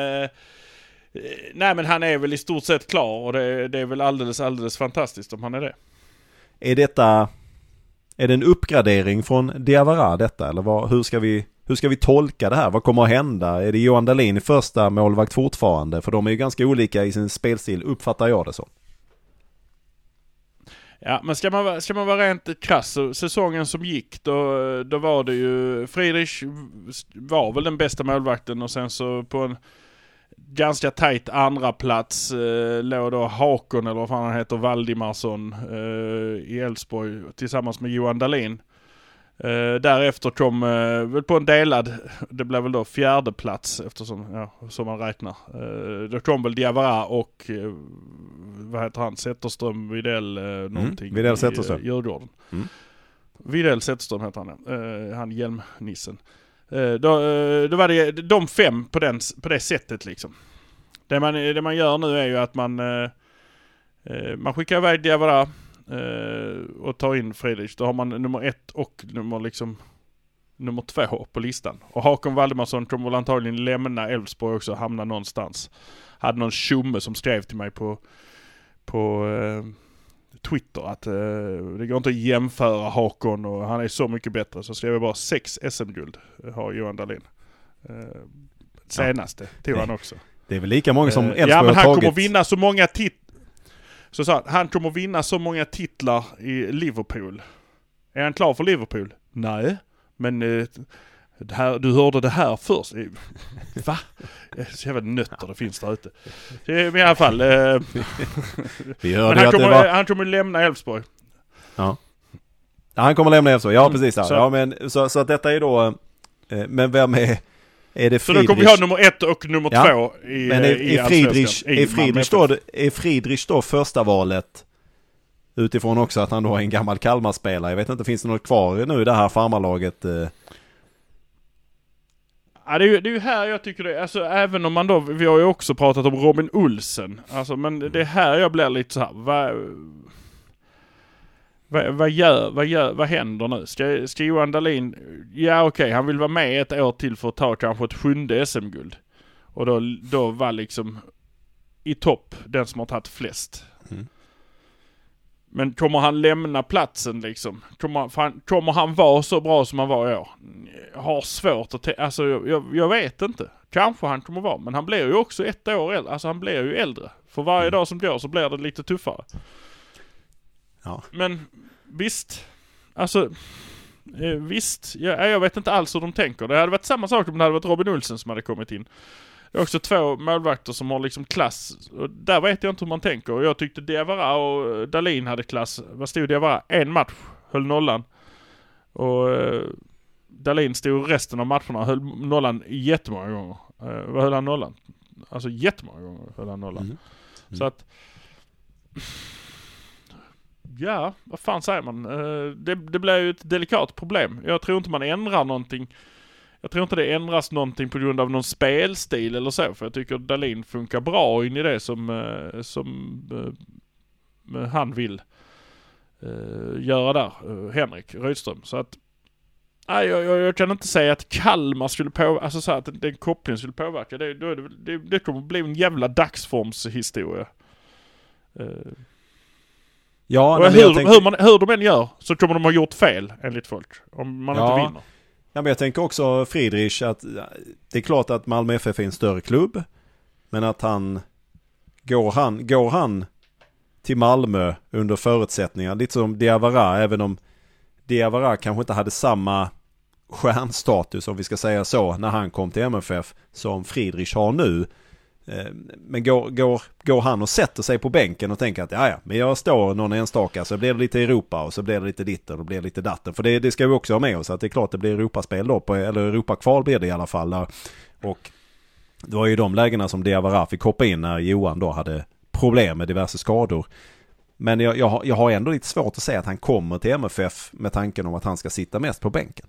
B: men han är väl i stort sett klar, och det är väl alldeles fantastiskt om han är det.
A: Är det en uppgradering från Diawara detta, eller hur ska vi tolka det här? Vad kommer att hända? Är det Johan Dahlin i första målvakt fortfarande? För de är ju ganska olika i sin spelstil, uppfattar jag det så.
B: Ja, men ska man vara rent krass, så säsongen som gick, då var det ju Friedrich var väl den bästa målvakten, och sen så på en ganska tajt andra plats låg då Hakon, eller vad fan han heter, Valdimarsson i Elfsborg tillsammans med Johan Dahlin. Därefter kom väl på en delad, det blev väl då fjärde plats, eftersom, som man räknar. Då kom väl Diawara och vad heter han, Zetterström, Widell någonting.
A: Widell Zetterström.
B: Djurgården. Widell Zetterström heter han, han hjälmnissen. Då var det de 5 på det sättet liksom. Det man gör nu är ju att man skickar iväg Diawara och tar in Friedrich. Då har man nummer 1 och nummer 2 på listan. Och Hakon Valdimarsson kommer väl antagligen lämna Elfsborg också och hamna någonstans. Hade någon tjomme som skrev till mig på Twitter att det går inte att jämföra Hakon, och han är så mycket bättre. Så skrev jag bara 6 SM-guld har Johan Dahlin. Senaste tog han också.
A: Det är väl lika många som Elfsborg
B: men han
A: har tagit.
B: kommer vinna så många Så sa han kommer vinna så många titlar i Liverpool. Är han klar för Liverpool? Nej, men du hörde det här först. Va? Så jävla nötter det finns där ute. Men i alla fall. Han kommer lämna Elfsborg.
A: Ja. Han kommer lämna Elfsborg. Ja, precis. Så att detta är då. Men vem är det? Friedrich?
B: Så då kommer vi ha nummer 1 och nummer 2 i. Men
A: är Friedrich då första valet? Utifrån också att han då är en gammal Kalmar-spelare. Jag vet inte, finns det något kvar nu i det här farmarlaget?
B: Ja, det är ju här jag tycker det. Alltså, även om man då, vi har ju också pratat om Robin Olsen. Alltså, men det är här jag blir lite så här. Vad händer nu? Ska Johan Dahlin, han vill vara med ett år till för att ta kanske ett 7:e SM-guld. Och då var liksom i topp den som har tagit flest. Men kommer han lämna platsen liksom? Kommer han vara så bra som han var i år? Jag har svårt att alltså jag vet inte. Kanske han kommer vara, men han blir ju också ett år äldre. Alltså han blir ju äldre. För varje dag som går så blir det lite tuffare. Ja. Men visst. Alltså visst. Jag vet inte alls hur de tänker. Det hade varit samma sak om det hade varit Robin Olsen som hade kommit in. Det är också 2 målvakter som har liksom klass. Och där vet jag inte hur man tänker. Och jag tyckte Diawara och Dahlin hade klass. Vad stod Diawara? 1 match. Höll nollan. Och Dahlin stod resten av matcherna och höll nollan jättemånga gånger. Vad höll han nollan? Alltså jättemånga gånger höll han nollan. Så att ja, vad fan säger man? Det blir ju ett delikat problem. Jag tror inte man ändrar någonting. Jag tror inte det ändras någonting på grund av någon spelstil eller så. För jag tycker Dahlin funkar bra in i det som han vill göra där, Henrik Rydström. Så att jag kan inte säga att Kalmar skulle påverka, alltså så att den kopplingen skulle påverka. Det kommer bli en jävla dagsformshistoria.
A: Ja,
B: hur de än gör så kommer de ha gjort fel enligt folk om man inte vinner.
A: Ja, men jag tänker också Friedrich att det är klart att Malmö FF är en större klubb, men att går han till Malmö under förutsättningar lite som Diawara, även om Diawara kanske inte hade samma stjärnstatus, om vi ska säga så, när han kom till MFF som Friedrich har nu. Men går han och sätter sig på bänken och tänker att men jag står någon enstaka, så blir det lite Europa och så blir det lite ditten och blir det lite datten. För det ska vi också ha med oss, att det är klart det blir Europaspel då, eller Europakval blir det i alla fall. Och det var ju de lägena som Diawara fick hoppa in när Johan då hade problem med diverse skador. Men jag har ändå lite svårt att säga att han kommer till MFF med tanken om att han ska sitta mest på bänken.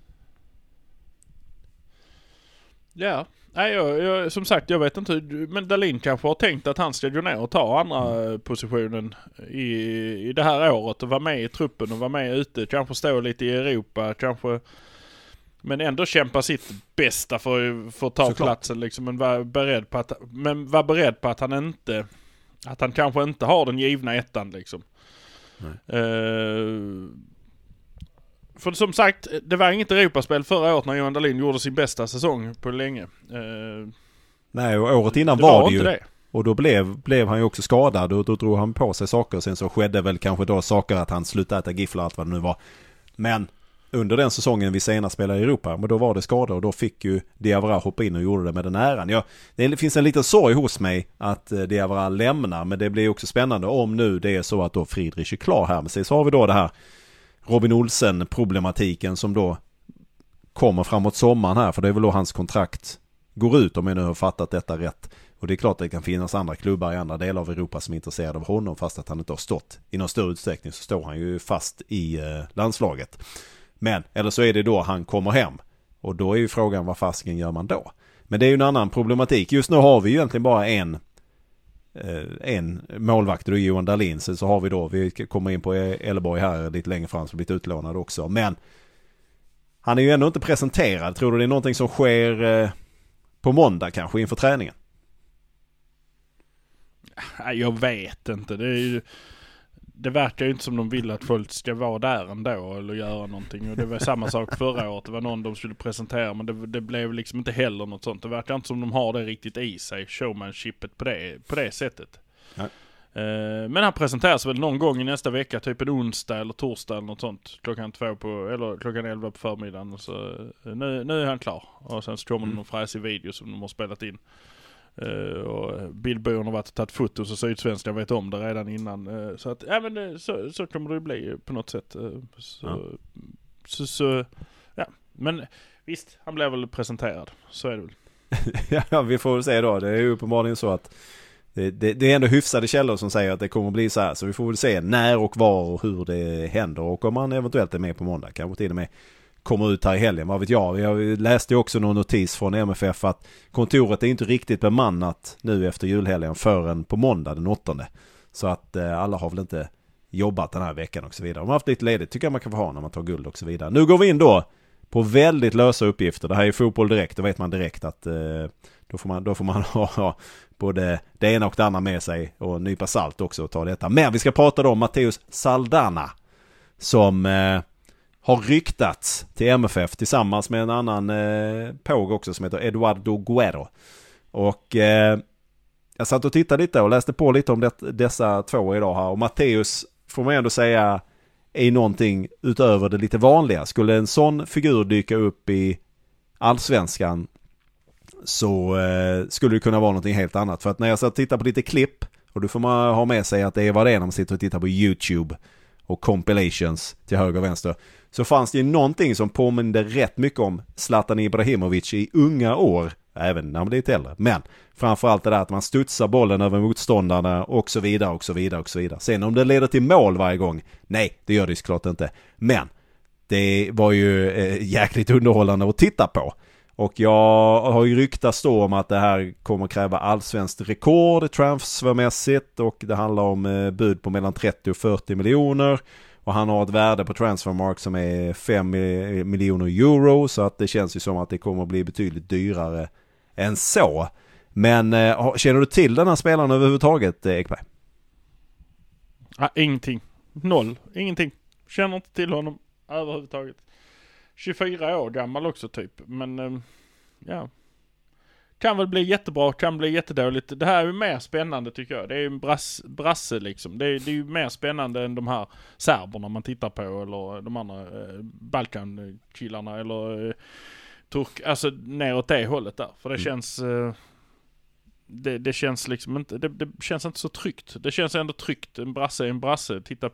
B: Ja. Nej, jag, som sagt, jag vet inte. Men Dahlin kanske har tänkt att han ska gå ner och ta andra positionen i det här året och vara med i truppen och vara med ute. Kanske stå lite i Europa, kanske. Men ändå kämpa sitt bästa för att ta platsen liksom. Men var beredd på att han kanske inte har den givna ettan liksom. För som sagt, det var inget Europaspel förra året när Johan Dahlin gjorde sin bästa säsong på länge.
A: Nej, och året innan var det ju. Det. Och då blev han ju också skadad och då drog han på sig saker. Sen så skedde väl kanske då saker att han slutade äta gifflar och allt vad det nu var. Men under den säsongen vi senast spelade i Europa, men då var det skador och då fick ju Diawara hoppa in och gjorde det med den äran. Det finns en liten sorg hos mig att Diawara lämnar, men det blir också spännande om nu det är så att då Friedrich är klar här. Men så har vi då det här Robin Olsen-problematiken som då kommer framåt sommaren här, för det är väl då hans kontrakt går ut, om jag nu har fattat detta rätt. Och det är klart att det kan finnas andra klubbar i andra delar av Europa som är intresserade av honom, fast att han inte har stått i någon större utsträckning, så står han ju fast i landslaget. Men, eller så är det då han kommer hem, och då är ju frågan vad fasken gör man då? Men det är ju en annan problematik. Just nu har vi ju egentligen bara en målvakt, och Johan Dahlin. Så har vi då, vi kommer in på Elleborg här lite längre fram, som blivit utlånad också. Men han är ju ändå inte presenterad. Tror du det är någonting som sker på måndag kanske inför träningen?
B: Jag vet inte. Det verkar ju inte som de vill att folk ska vara där ändå eller göra någonting. Och det var samma sak förra året. Det var någon de skulle presentera, men det blev liksom inte heller något sånt. Det verkar inte som de har det riktigt i sig, showmanshipet på det sättet. Nej. Men han presenteras väl någon gång i nästa vecka, typ en onsdag eller torsdag eller något sånt, klockan 11 på förmiddagen. Och så, nu är han klar. Och sen så kommer det någon fräsig video som de har spelat in. Och bildbyrån har varit och tagit fotos och Sydsvenska vet om det redan innan. Så att, ja, men så kommer det bli på något sätt. Ja. Men visst, han blev väl presenterad. Så är det väl.
A: Ja, vi får väl se då. Det är ju uppenbarligen så att det är ändå hyfsade källor som säger att det kommer att bli så här. Så vi får väl se när och var och hur det händer. Och om man eventuellt är med på måndag, kanske till och med kommer ut här i helgen, vad vet jag. Jag läste också någon notis från MFF att kontoret är inte riktigt bemannat nu efter julhelgen förrän på måndag den 8. Så att alla har väl inte jobbat den här veckan och så vidare. De har haft lite ledigt, tycker jag man kan få ha när man tar guld och så vidare. Nu går vi in då på väldigt lösa uppgifter. Det här är fotboll direkt, då vet man direkt att då får man ha både det ena och det andra med sig och nypa salt också och ta detta. Men vi ska prata då om Matheus Saldanha som har ryktats till MFF tillsammans med en annan påg också som heter Eduardo Guerrero. Och jag satt och tittade lite och läste på lite om dessa två idag här. Och Matheus får man ändå säga är någonting utöver det lite vanliga. Skulle en sån figur dyka upp i Allsvenskan så skulle det kunna vara någonting helt annat. För att när jag satt och tittade på lite klipp, och då får man ha med sig att det är vad det är när man sitter och tittar på YouTube och compilations till höger och vänster, så fanns det ju någonting som påminde rätt mycket om Zlatan Ibrahimovic i unga år, även när man blir lite äldre. Men framförallt det där att man studsar bollen över motståndarna och så vidare och så vidare och så vidare. Sen om det leder till mål varje gång, nej, det gör det såklart inte. Men det var ju jäkligt underhållande att titta på. Och jag har ju ryktats då om att det här kommer kräva allsvenskt rekord transfermässigt, och det handlar om bud på mellan 30 och 40 miljoner. Och han har ett värde på Transfermarkt som är 5 miljoner euro, så att det känns ju som att det kommer att bli betydligt dyrare än så. Men känner du till den här spelaren överhuvudtaget, Ekberg?
B: Ingenting. Noll. Ingenting. Känner inte till honom överhuvudtaget. 24 år gammal också typ. Men ja. Kan väl bli jättebra, kan bli jättedåligt. Det här är ju mer spännande tycker jag. Det är ju en brasse liksom. Det är ju mer spännande än de här serberna man tittar på, eller de andra Balkankillarna eller alltså neråt det hållet där. För det känns det känns liksom inte, det känns inte så tryggt. Det känns ändå tryggt. En brasse är en brasse. Titta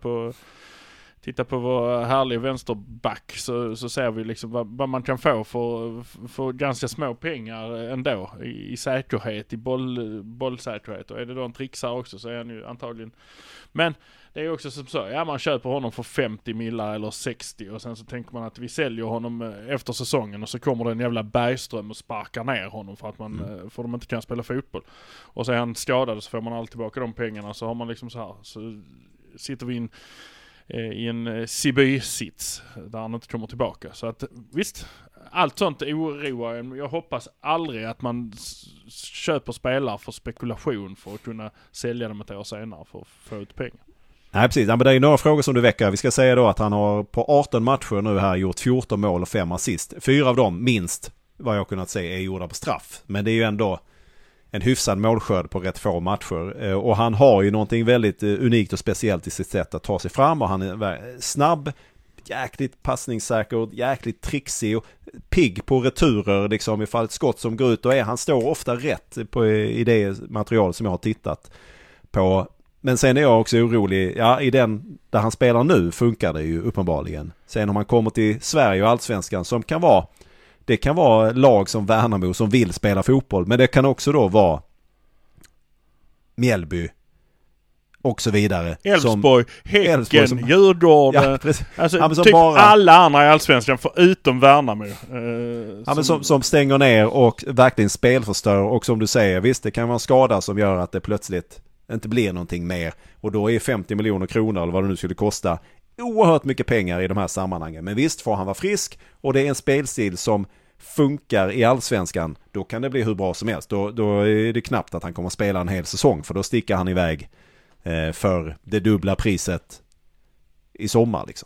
B: på vår härliga vänsterback, så ser vi liksom vad man kan få för ganska små pengar ändå i säkerhet, i bollsäkerhet. Och är det då en trixare också så är han ju antagligen. Men det är också som så, ja, man köper honom för 50 millar eller 60 och sen så tänker man att vi säljer honom efter säsongen, och så kommer det en jävla Bergström och sparkar ner honom för att för de inte kan spela fotboll. Och så är han skadad, så får man alltid tillbaka de pengarna, så har man liksom så här, så sitter vi i en Siby-sits där han inte kommer tillbaka. Så att visst, allt sånt oroar en. Jag hoppas aldrig att man köper spelare för spekulation för att kunna sälja dem ett år senare för att få ut pengar.
A: Nej, precis. Ja, men det är några frågor som du väcker. Vi ska säga då att han har på 18 matcher nu här gjort 14 mål och 5 assist. 4 av dem, minst, vad jag kunnat säga, är gjorda på straff. Men det är ju ändå en hyfsad målskörd på rätt få matcher. Och han har ju någonting väldigt unikt och speciellt i sitt sätt att ta sig fram. Och han är snabb, jäkligt passningssäker, jäkligt trixig och pigg på returer. Liksom, ifall ett skott som går ut, och han står ofta rätt i det material som jag har tittat på. Men sen är jag också orolig, ja, i den där han spelar nu funkar det ju uppenbarligen. Sen om man kommer till Sverige och Allsvenskan, som det kan vara lag som Värnamo som vill spela fotboll, men det kan också då vara Mjällby och så vidare.
B: Elfsborg, Häcken, Djurgården,
A: ja,
B: alltså typ bara alla andra i Allsvenskan förutom Värnamo.
A: Som stänger ner och verkligen spelförstör, och som du säger, visst, det kan vara en skada som gör att det plötsligt inte blir någonting mer, och då är 50 miljoner kronor eller vad det nu skulle kosta oerhört mycket pengar i de här sammanhangen. Men visst, får han vara frisk och det är en spelstil som funkar i Allsvenskan, då kan det bli hur bra som helst. Då är det knappt att han kommer att spela en hel säsong, för då sticker han iväg för det dubbla priset i sommar liksom.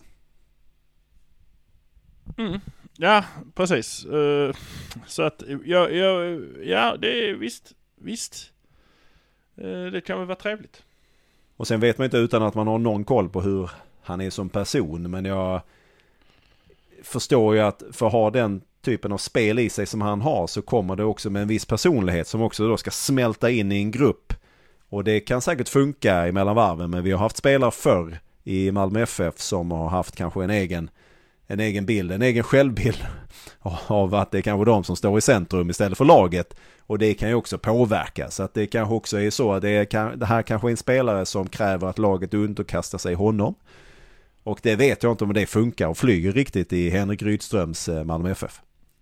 B: Ja, precis. Så att ja, det är visst. Det kan väl vara trevligt.
A: Och sen vet man inte utan att man har någon koll på hur han är som person, men jag förstår ju att för att ha den typen av spel i sig som han har, så kommer det också med en viss personlighet som också då ska smälta in i en grupp, och det kan säkert funka emellan varven. Men vi har haft spelare förr i Malmö FF som har haft kanske en egen bild, en egen självbild av att det är kanske de som står i centrum istället för laget, och det kan ju också påverka. Så att det kanske också är så att det här kanske är en spelare som kräver att laget underkastar sig honom, och det vet jag inte om det funkar och flyger riktigt i Henrik Rydströms Malmö FF.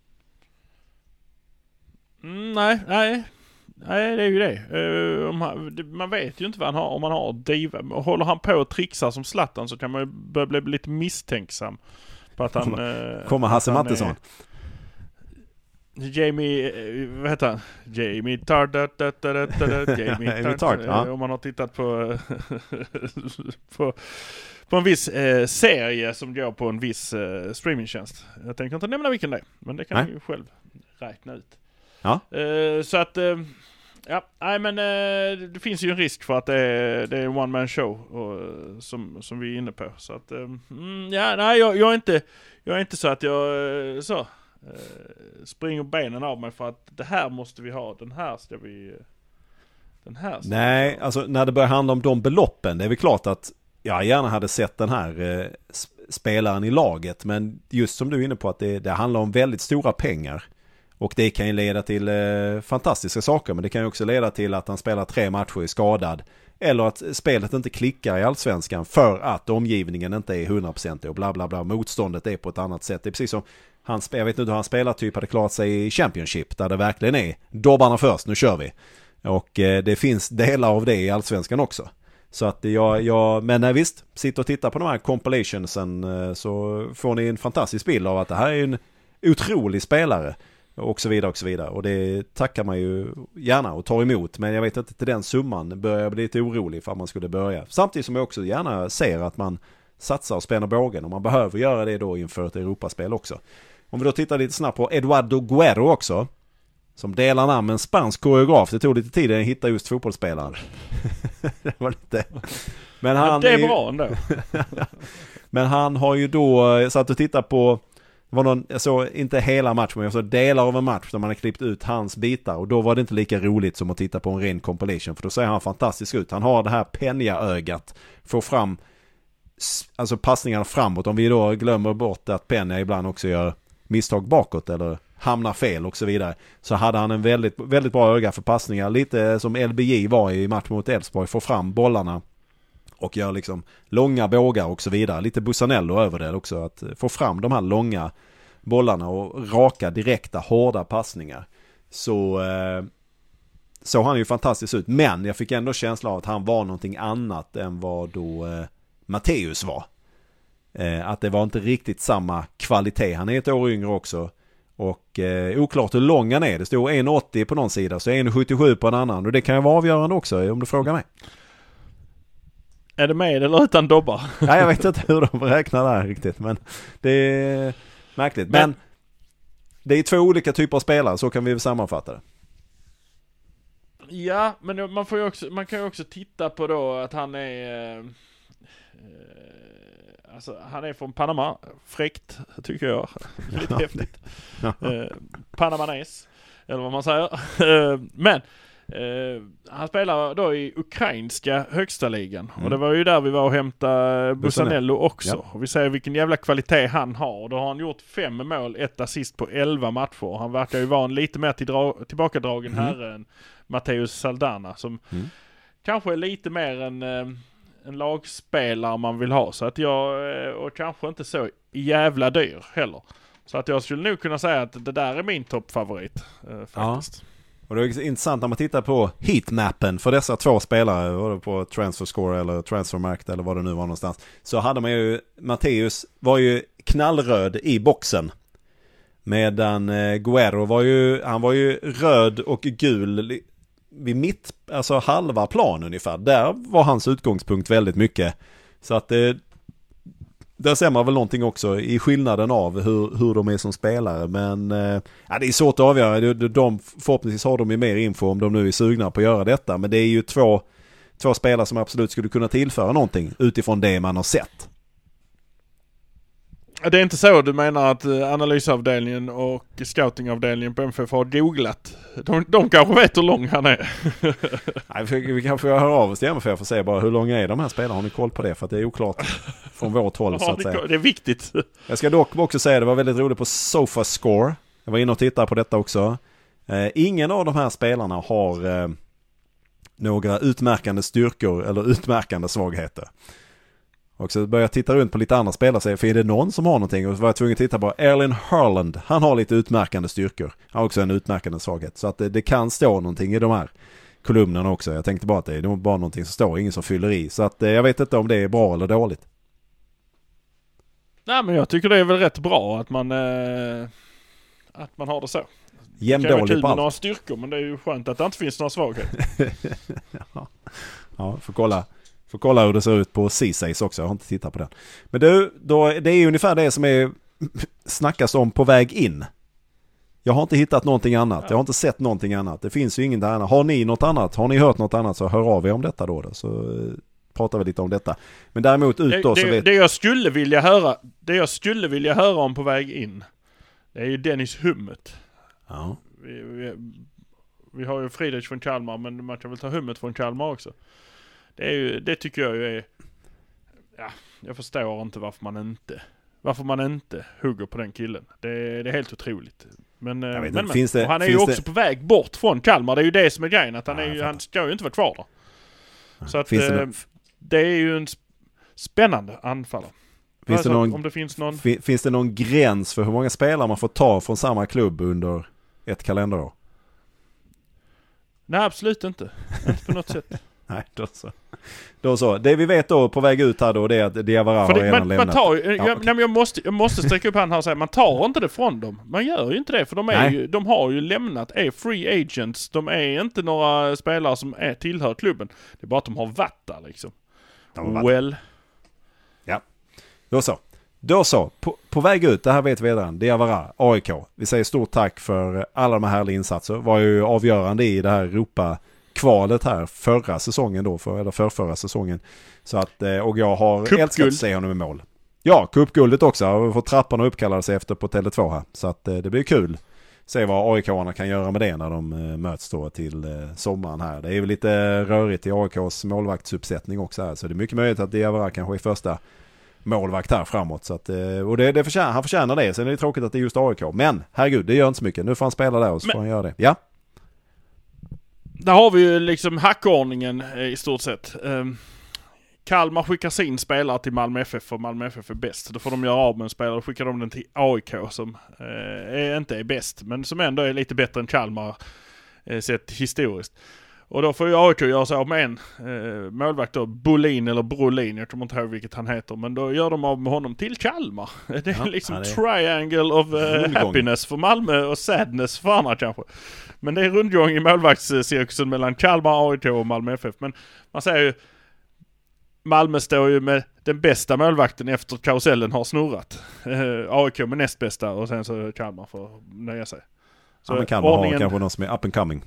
B: Nej, det är ju det. Man vet ju inte vad han har, om han har diva. Håller han på och trixar som Zlatan, så kan man ju börja bli lite misstänksam på att han
A: kommer Hasse Mattesson.
B: Jamie, vad heter han? Jamie Tart. Jamie Tart. Om man har tittat på på en viss serie som går på en viss streamingtjänst. Jag tänker inte nämna vilken det är, men det kan ni ju själv räkna ut.
A: Ja.
B: Så att ja, nej, men det finns ju en risk för att det är en one man show som vi är inne på. Så att ja, nej, jag är inte så att jag springer benen av mig för att det här måste vi ha, den här ska vi. Nej,
A: alltså när det börjar handla om de beloppen, det är väl klart att jag gärna hade sett den här spelaren i laget, men just som du är inne på att det handlar om väldigt stora pengar. Och det kan ju leda till fantastiska saker, men det kan ju också leda till att han spelar 3 matcher i skadad. Eller att spelet inte klickar i Allsvenskan för att omgivningen inte är 100% och bla bla bla. Motståndet är på ett annat sätt. Det är precis som jag vet inte hur han spelar typ hade klarat sig i Championship där det verkligen är dobbarna först, nu kör vi. Och det finns delar av det i Allsvenskan också. Så att men visst, sitta och titta på de här compilationsen så får ni en fantastisk bild av att det här är en otrolig spelare. Och så vidare och så vidare. Och det tackar man ju gärna och tar emot. Men jag vet inte, till den summan börjar jag bli lite orolig för att man skulle börja. Samtidigt som jag också gärna ser att man satsar och spänner bågen. Och man behöver göra det då inför ett Europaspel också. Om vi då tittar lite snabbt på Eduardo Guerro också. Som delar namn med en spansk koreograf. Det tog lite tid att hitta just fotbollsspelaren. Det var lite... Men han
B: det är bra ändå.
A: Men han har ju då satt och tittat på... var någon, jag såg inte hela matchen, men jag såg delar av en match där man har klippt ut hans bitar, och då var det inte lika roligt som att titta på en ren compilation, för då ser han fantastisk ut. Han har det här Peña-ögat, får fram alltså passningarna framåt. Om vi då glömmer bort att Peña ibland också gör misstag bakåt eller hamnar fel och så vidare, så hade han en väldigt, väldigt bra öga för passningar, lite som LBJ var i match mot Elfsborg, får fram bollarna och gör liksom långa bågar och så vidare. Lite Bussanello över det också. Att få fram de här långa bollarna och raka, direkta, hårda passningar. Så han ju fantastiskt ut. Men jag fick ändå känsla av att han var någonting annat än vad då Matteus var. Att det var inte riktigt samma kvalitet. Han är ett år yngre också. Och oklart hur lång han är. Det stod 1,80 på någon sida, så 1,77 på en annan. Och det kan ju vara avgörande också, om du frågar mig.
B: Är det med eller utan dobbar?
A: Ja, jag vet inte hur de räknar där riktigt, men det är märkligt. Men det är 2 olika typer av spelare, så kan vi sammanfatta det.
B: Ja, men man kan ju också titta på då att han är alltså han är från Panama. Fräckt, tycker jag. Lite häftigt. Panamanes, eller vad man säger. Men han spelar då i ukrainska högsta ligan. Och det var ju där vi var och hämtade Bussanello också. Ja. Och vi ser vilken jävla kvalitet han har. Då har han gjort 5 mål, 1 assist på 11 matcher. Han verkar ju vara en lite mer tillbakadragen herre än Matteus Saldana, som kanske är lite mer en lagspelare man vill ha. Så att och kanske inte så jävla dyr heller. Så att jag skulle nog kunna säga att det där är min toppfavorit faktiskt. Ja.
A: Och det är intressant när man tittar på heatmappen för dessa 2 spelare, på Transferscore eller Transfermarkt eller vad det nu var någonstans, så hade man ju, Matteus var ju knallröd i boxen, medan Guerro var ju röd och gul vid mitt, alltså halva plan ungefär. Där var hans utgångspunkt väldigt mycket. Så att där ser man väl någonting också i skillnaden av hur de är som spelare. Men det är svårt att avgöra. Förhoppningsvis har de ju mer info om de nu är sugna på att göra detta. Men det är ju två spelare som absolut skulle kunna tillföra någonting utifrån det man har sett.
B: Det är inte så du menar att analysavdelningen och scoutingavdelningen på MFF har googlat? De kanske vet hur lång han är.
A: Nej, vi kanske höra av oss till MFF och se bara hur långa är de här spelarna. Har ni koll på det? För att det är oklart från vårt håll, så att säga.
B: Det är viktigt.
A: Jag ska dock också säga, det var väldigt roligt på SofaScore. Jag var inne och tittade på detta också. Ingen av de här spelarna har några utmärkande styrkor eller utmärkande svagheter. Och så började jag titta runt på lite andra spelare, för är det någon som har någonting? Och så var jag tvungen att titta på Erling Haaland. Han har lite utmärkande styrkor. Han har också en utmärkande svaghet. Så att det kan stå någonting i de här kolumnerna också. Jag tänkte bara att det är bara någonting som står, ingen som fyller i. Så att jag vet inte om det är bra eller dåligt. Nej,
B: men jag tycker det är väl rätt bra att man har det så.
A: Jämndålig på allt.
B: Några styrkor, men det är ju skönt att det inte finns några svagheter.
A: Ja, får kolla hur det ser ut på C-Says också. Jag har inte tittat på den. Men det är ungefär det som är snackas om på väg in. Jag har inte hittat någonting annat. Jag har inte sett någonting annat. Det finns ju ingen där. Har ni något annat? Har ni hört något annat, så hör av er om detta då. Så pratar vi lite om detta. Men däremot ut då så vet...
B: Det jag skulle vilja höra om på väg in, det är ju Dennis Hummet.
A: Ja.
B: Vi har ju Friedrich från Kalmar, men man kan väl ta Hummet från Kalmar också. Det tycker jag ju är jag förstår inte varför man inte hugger på den killen. Det är helt otroligt. Men han är ju också på väg bort från Kalmar. Det är ju det som är grejen. Att han ska ju inte vara kvar där. Så att det är ju en spännande anfallare.
A: Finns det någon gräns för hur många spelare man får ta från samma klubb under ett kalenderår?
B: Nej, absolut inte. Inte på något sätt.
A: Nej, då så. Det vi vet då på väg ut här då, det är att Diawara har redan lämnat. Jag måste sträcka upp handen här och säga, man tar inte det från dem. Man gör ju inte det, för de har ju lämnat, är free agents. De är inte några spelare som tillhör klubben. Det är bara att de har varit där liksom. Ja, då så. På väg ut, det här vet vi redan. Diawara, AIK. Vi säger stort tack för alla de här härliga insatser. Var ju avgörande i det här Europa-kvalet här förra säsongen då, förra säsongen. Så att, och jag har älskat att se honom i mål. Ja, cupguldet också. Jag har fått trapporna uppkallade sig efter på Tele2 här. Så att det blir kul. Se vad AIK-arna kan göra med det när de möts då till sommaren här. Det är väl lite rörigt i AIKs målvaktsuppsättning också här. Så det är mycket möjligt att Diawara kanske är första målvakt här framåt. Så att, och han förtjänar det. Sen är det tråkigt att det är just AIK. Men herregud, det gör inte så mycket. Nu får han spela där och så får han göra det. Ja.
B: Där har vi ju liksom hackordningen i stort sett. Kalmar skickar sin spelare till Malmö FF och Malmö FF är bäst. Då får de göra av med en spelare och skickar de den till AIK som inte är bäst. Men som ändå är lite bättre än Kalmar sett historiskt. Och då får ju AIK göra sig av med en målvakt då, Bolin eller Brolin, jag kommer inte ihåg vilket han heter, men då gör de av med honom till Kalmar. Det är liksom triangle of happiness för Malmö och sadness för andra kanske. Men det är rundgång i målvaktscirkusen mellan Kalmar, AIK och Malmö FF. Men man säger ju, Malmö står ju med den bästa målvakten efter karusellen har snurrat. AIK med näst bästa och sen så Kalmar får nöja sig.
A: Så men Kalmar har kanske någon som är up and coming.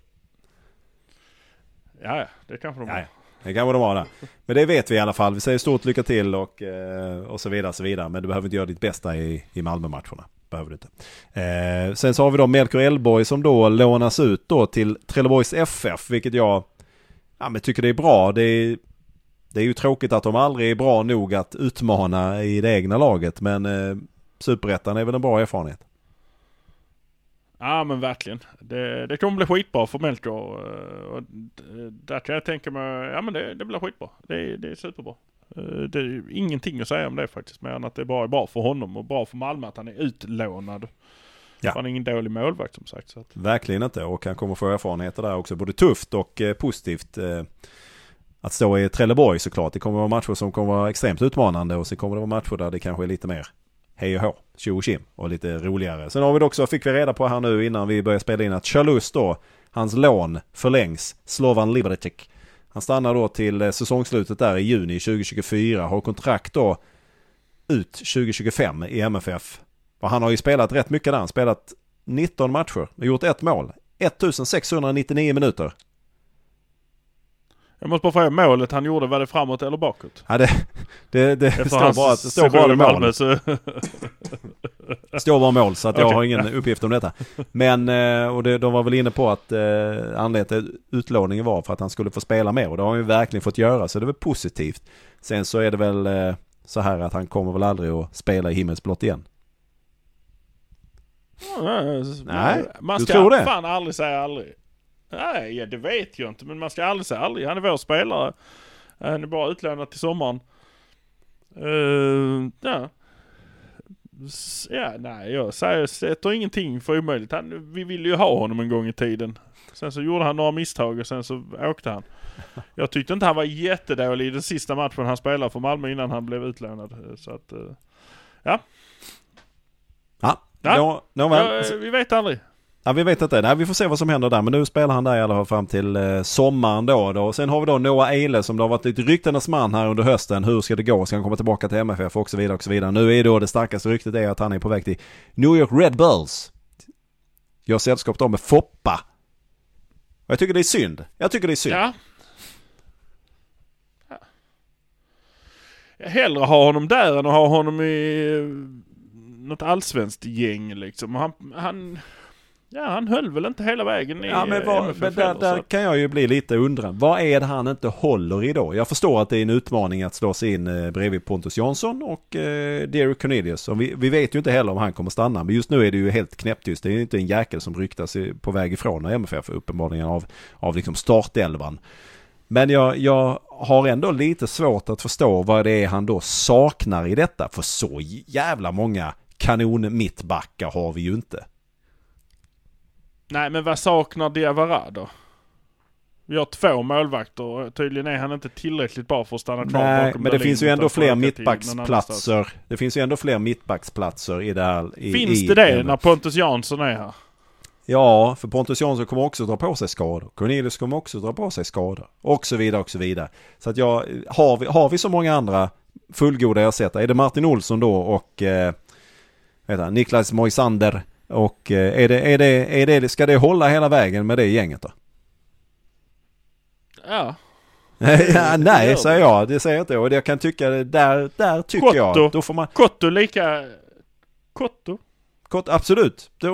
B: Ja, det kanske de har.
A: Det kanske de har där. Men det vet vi i alla fall. Vi säger stort lycka till och så vidare, så vidare. Men du behöver inte göra ditt bästa i Malmö-matcherna. Behöver du inte. Sen så har vi då Melker Elborg som då lånas ut då till Trelleborgs FF. Vilket jag men tycker det är bra. Det är ju tråkigt att de aldrig är bra nog att utmana i det egna laget. Men Superettan är väl en bra erfarenhet.
B: Ja, men verkligen. Det kommer bli skitbra för Melker. Och där kan jag tänka mig, men det blir skitbra. Det är superbra. Det är ingenting att säga om det faktiskt, men att det bara är bra för honom och bra för Malmö att han är utlånad. Ja. Han är ingen dålig målvakt som sagt. Så att.
A: Verkligen inte, och han kommer få erfarenheter där också. Både tufft och positivt att stå i Trelleborg såklart. Det kommer vara matcher som kommer vara extremt utmanande, och så kommer det vara matcher där det kanske är lite mer hej och hå, tjo och kim, och lite roligare. Sen har vi också, fick vi reda på här nu innan vi börjar spela in, att Chalus då, hans lån förlängs. Slovan Liberec. Han stannar då till säsongslutet där i juni 2024. Har kontrakt då ut 2025 i MFF. Och han har ju spelat rätt mycket där. Han har spelat 19 matcher och gjort ett mål. 1699 minuter.
B: Jag måste bara fråga, målet han gjorde, var det framåt eller bakåt?
A: Ja, det står bara mål. Det står bara mål, så att jag har ingen uppgift om detta. Men och de var väl inne på att anledningen till utlåningen var för att han skulle få spela mer, och det har han ju verkligen fått göra, så det är väl positivt. Sen så är det väl så här att han kommer väl aldrig att spela i himmelsblått igen. Nej,
B: man ska fan aldrig säga aldrig. Nej, det vet jag inte, men man ska aldrig säga aldrig. Han är vår spelare. Han är bara utlånad till sommaren. Jag sätter ingenting för omöjligt. Vi ville ju ha honom en gång i tiden. Sen så gjorde han några misstag och sen så åkte han. Jag tyckte inte han var jättedålig i den sista matchen han spelade för Malmö innan han blev utlånad. Så att, vi vet aldrig.
A: Ja, vi vet inte. Nej, vi får se vad som händer där. Men nu spelar han där i alla fall fram till sommaren då. Sen har vi då Noah Eile som det har varit lite ryktenas man här under hösten. Hur ska det gå? Ska han komma tillbaka till MFF och så vidare och så vidare. Nu är då det starkaste ryktet är att han är på väg till New York Red Bulls. Gör sällskap då med Foppa. Och jag tycker det är synd.
B: Ja. Jag hellre ha honom där än att ha honom i något allsvenskt gäng liksom. Han Ja, han höll väl inte hela vägen i
A: men
B: MFF
A: där kan jag ju bli lite undran. Vad är det han inte håller i då? Jag förstår att det är en utmaning att slå sig in bredvid Pontus Jansson och Derek Cornelius. Och vi vet ju inte heller om han kommer stanna. Men just nu är det ju helt knäpptyst. Det är ju inte en jäkel som ryktas på väg ifrån MFF uppenbarligen av liksom startelvan. Men jag har ändå lite svårt att förstå vad det är han då saknar i detta. För så jävla många kanon mittbackar har vi ju inte.
B: Nej, men vad saknar Diawara då? Vi har 2 målvakter. Tydligen är han inte tillräckligt bra för att stanna kvar.
A: Nej, men det finns ju ändå fler mittbacksplatser. Det finns ju ändå fler mittbacksplatser i det här.
B: Finns det när Pontus Jansson är här?
A: Ja, för Pontus Jansson kommer också dra på sig skador. Cornelius kommer också dra på sig skador. Och så vidare och så vidare. Så att har vi så många andra fullgoda ersättare? Är det Martin Olsson då och Niklas Moisander? Och ska det hålla hela vägen med det gänget då?
B: Ja.
A: Ja, nej, säger jag. Det säger jag inte. Och jag kan tycka, där tycker
B: Kotto.
A: Jag. Då får man...
B: Kotto.
A: Absolut. Det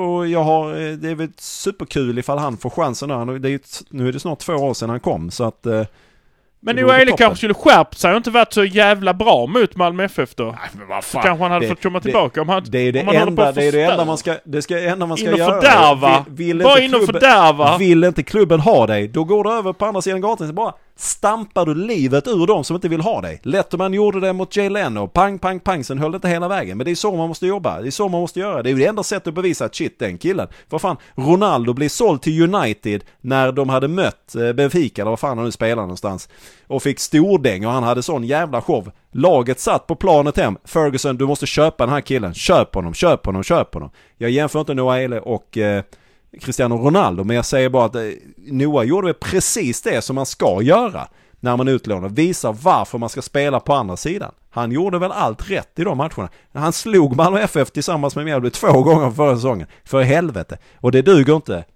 A: är väl superkul ifall han får chansen. Nu är det snart 2 år sedan han kom. Så att...
B: Men Noah Ehle kanske skulle skärpt sig och inte varit så jävla bra mot Malmö FF då.
A: Nej, men vad fan.
B: Så kanske han hade fått komma tillbaka om han...
A: Det är det enda man ska... Det ska enda man ska
B: in och
A: göra.
B: Fördärva. Bara in och fördärva.
A: Vill inte klubben ha dig, då går du över på andra sidan gatan och bara stampar du livet ur dem som inte vill ha dig. Letterman gjorde det mot Jay Leno. Pang, pang, pang. Sen höll det inte hela vägen. Men det är så man måste jobba. Det är så man måste göra. Det är ju det enda sättet att bevisa att shit, den killen. Vad fan, Ronaldo blev såld till United när de hade mött Benfica eller vad fan han nu spelar någonstans. Och fick stordäng och han hade sån jävla show. Laget satt på planet hem. Ferguson, du måste köpa den här killen. Köp honom. Jag jämför inte Noah Ehle och Cristiano Ronaldo, men jag säger bara att Noah gjorde precis det som man ska göra när man utlånar. Visar varför man ska spela på andra sidan. Han gjorde väl allt rätt i de matcherna. Han slog Malmö FF tillsammans med Mjällby 2 gånger förra säsongen. För helvete. Och det duger inte.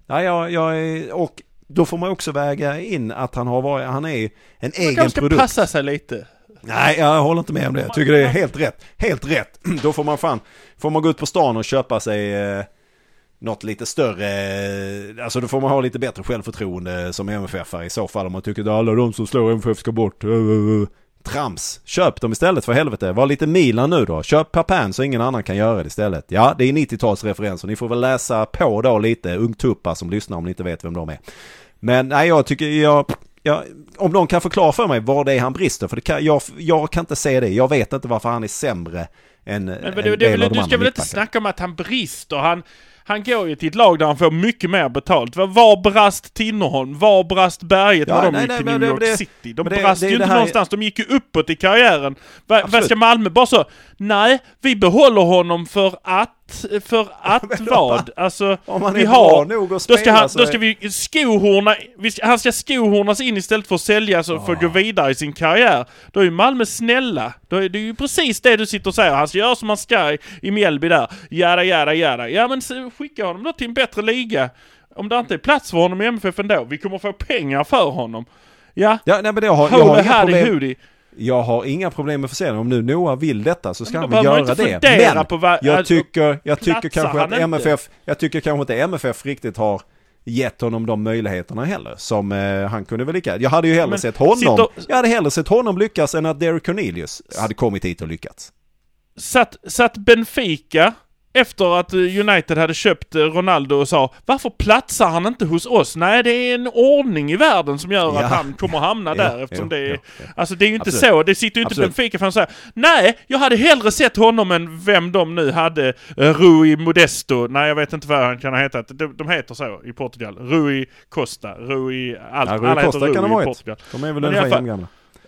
A: Och då får man också väga in att han är en egen produkt. Man
B: ska passa sig lite.
A: Nej, jag håller inte med om det. Jag tycker det är helt rätt. Då får man gå ut på stan och köpa sig något lite större, alltså då får man ha lite bättre självförtroende som MFF-are i så fall, om man tycker att alla de som slår MFF ska bort. Trams. Köp dem istället för helvete. Var lite Milan nu då. Köp Papan så ingen annan kan göra det istället. Ja, det är 90-talsreferenser. Ni får väl läsa på då lite ungtuppar som lyssnar om ni inte vet vem de är. Men nej, jag tycker om någon kan förklara för mig vad det är han brister, för jag kan inte se det. Jag vet inte varför han är sämre än
B: du ska väl inte snacka om att han brister. Han går ju till ett lag där han får mycket mer betalt. Var brast Tinnerholm? Var brast Berget när de gick till New York City? De brast ju inte någonstans. De gick ju uppåt i karriären. Vad ska Malmö bara så? Nej, vi behåller honom för att vad? Alltså, vi har nog att spela, då ska vi han ska skohornas in istället för att säljas för att gå vidare i sin karriär. Då är ju Malmö snälla. Då är det ju precis det du sitter och säger. Han ska göra som han ska i Mjällby där. Jada. Ja, men skicka honom då till en bättre liga. Om det inte är plats för honom i MFF ändå. Vi kommer få pengar för honom. Ja nej, men jag har inga problem.
A: Jag har inga problem med försäljning. Om nu Noah vill detta så ska han väl göra det. Men jag tycker kanske att MFF riktigt har gett honom de möjligheterna heller som han kunde väl lika. Jag hade ju hellre sett honom lyckas än att Derek Cornelius hade kommit hit och lyckats.
B: Satt Benfica efter att United hade köpt Ronaldo och sa, varför platsar han inte hos oss? Nej, det är en ordning i världen som gör att han kommer hamna där. Eftersom alltså det är ju inte så. Det sitter ju inte Benfica för att säga, nej, jag hade hellre sett honom än vem de nu hade. Rui Modesto. Nej, jag vet inte vad han kan ha hetat. De heter så i Portugal. Rui Costa. Rui
A: Costa heter Rui kan i Portugal. De är väl ungefär jämngamla.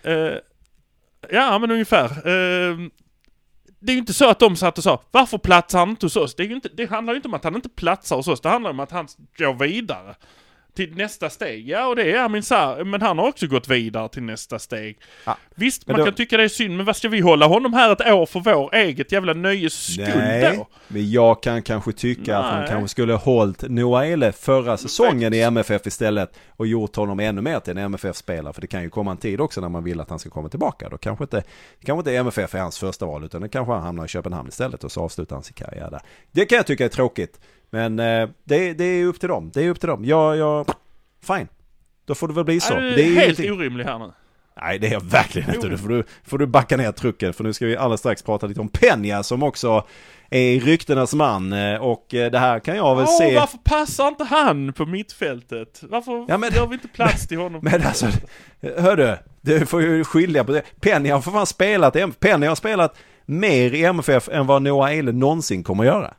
B: Ja, men ungefär. Det är ju inte så att de satt och sa, varför platsar han inte hos oss? Det handlar ju inte om att han inte platsar hos oss. Det handlar om att han går vidare till nästa steg. Ja, och det är Amin Sarr. Men han har också gått vidare till nästa steg. Ja, visst, man kan tycka det är synd. Men vad ska vi hålla honom här ett år för vår eget jävla nöjes skull då?
A: Men jag kan kanske tycka att han kanske skulle hållit Noah Ehle förra säsongen i MFF istället och gjort honom ännu mer till en MFF-spelare. För det kan ju komma en tid också när man vill att han ska komma tillbaka. Då kanske inte MFF är hans första val, utan det kanske han hamnar i Köpenhamn istället och så avslutar han sin karriär där. Det kan jag tycka är tråkigt. Men det är upp till dem. Det är upp till dem. Fine. Då får det väl bli så.
B: Det är helt orimligt här nu.
A: Nej, det är verkligen inte. Nu får du backa ner trucken. För nu ska vi alldeles strax prata lite om Peña som också är ryktenas man. Och det här kan jag väl se...
B: Varför passar inte han på mittfältet? Varför gör vi inte plats till honom?
A: Men alltså, hördu, du får ju skilja på det. Peña har för fan spelat. Peña har spelat mer i MFF än vad Noah Ehle någonsin kommer göra.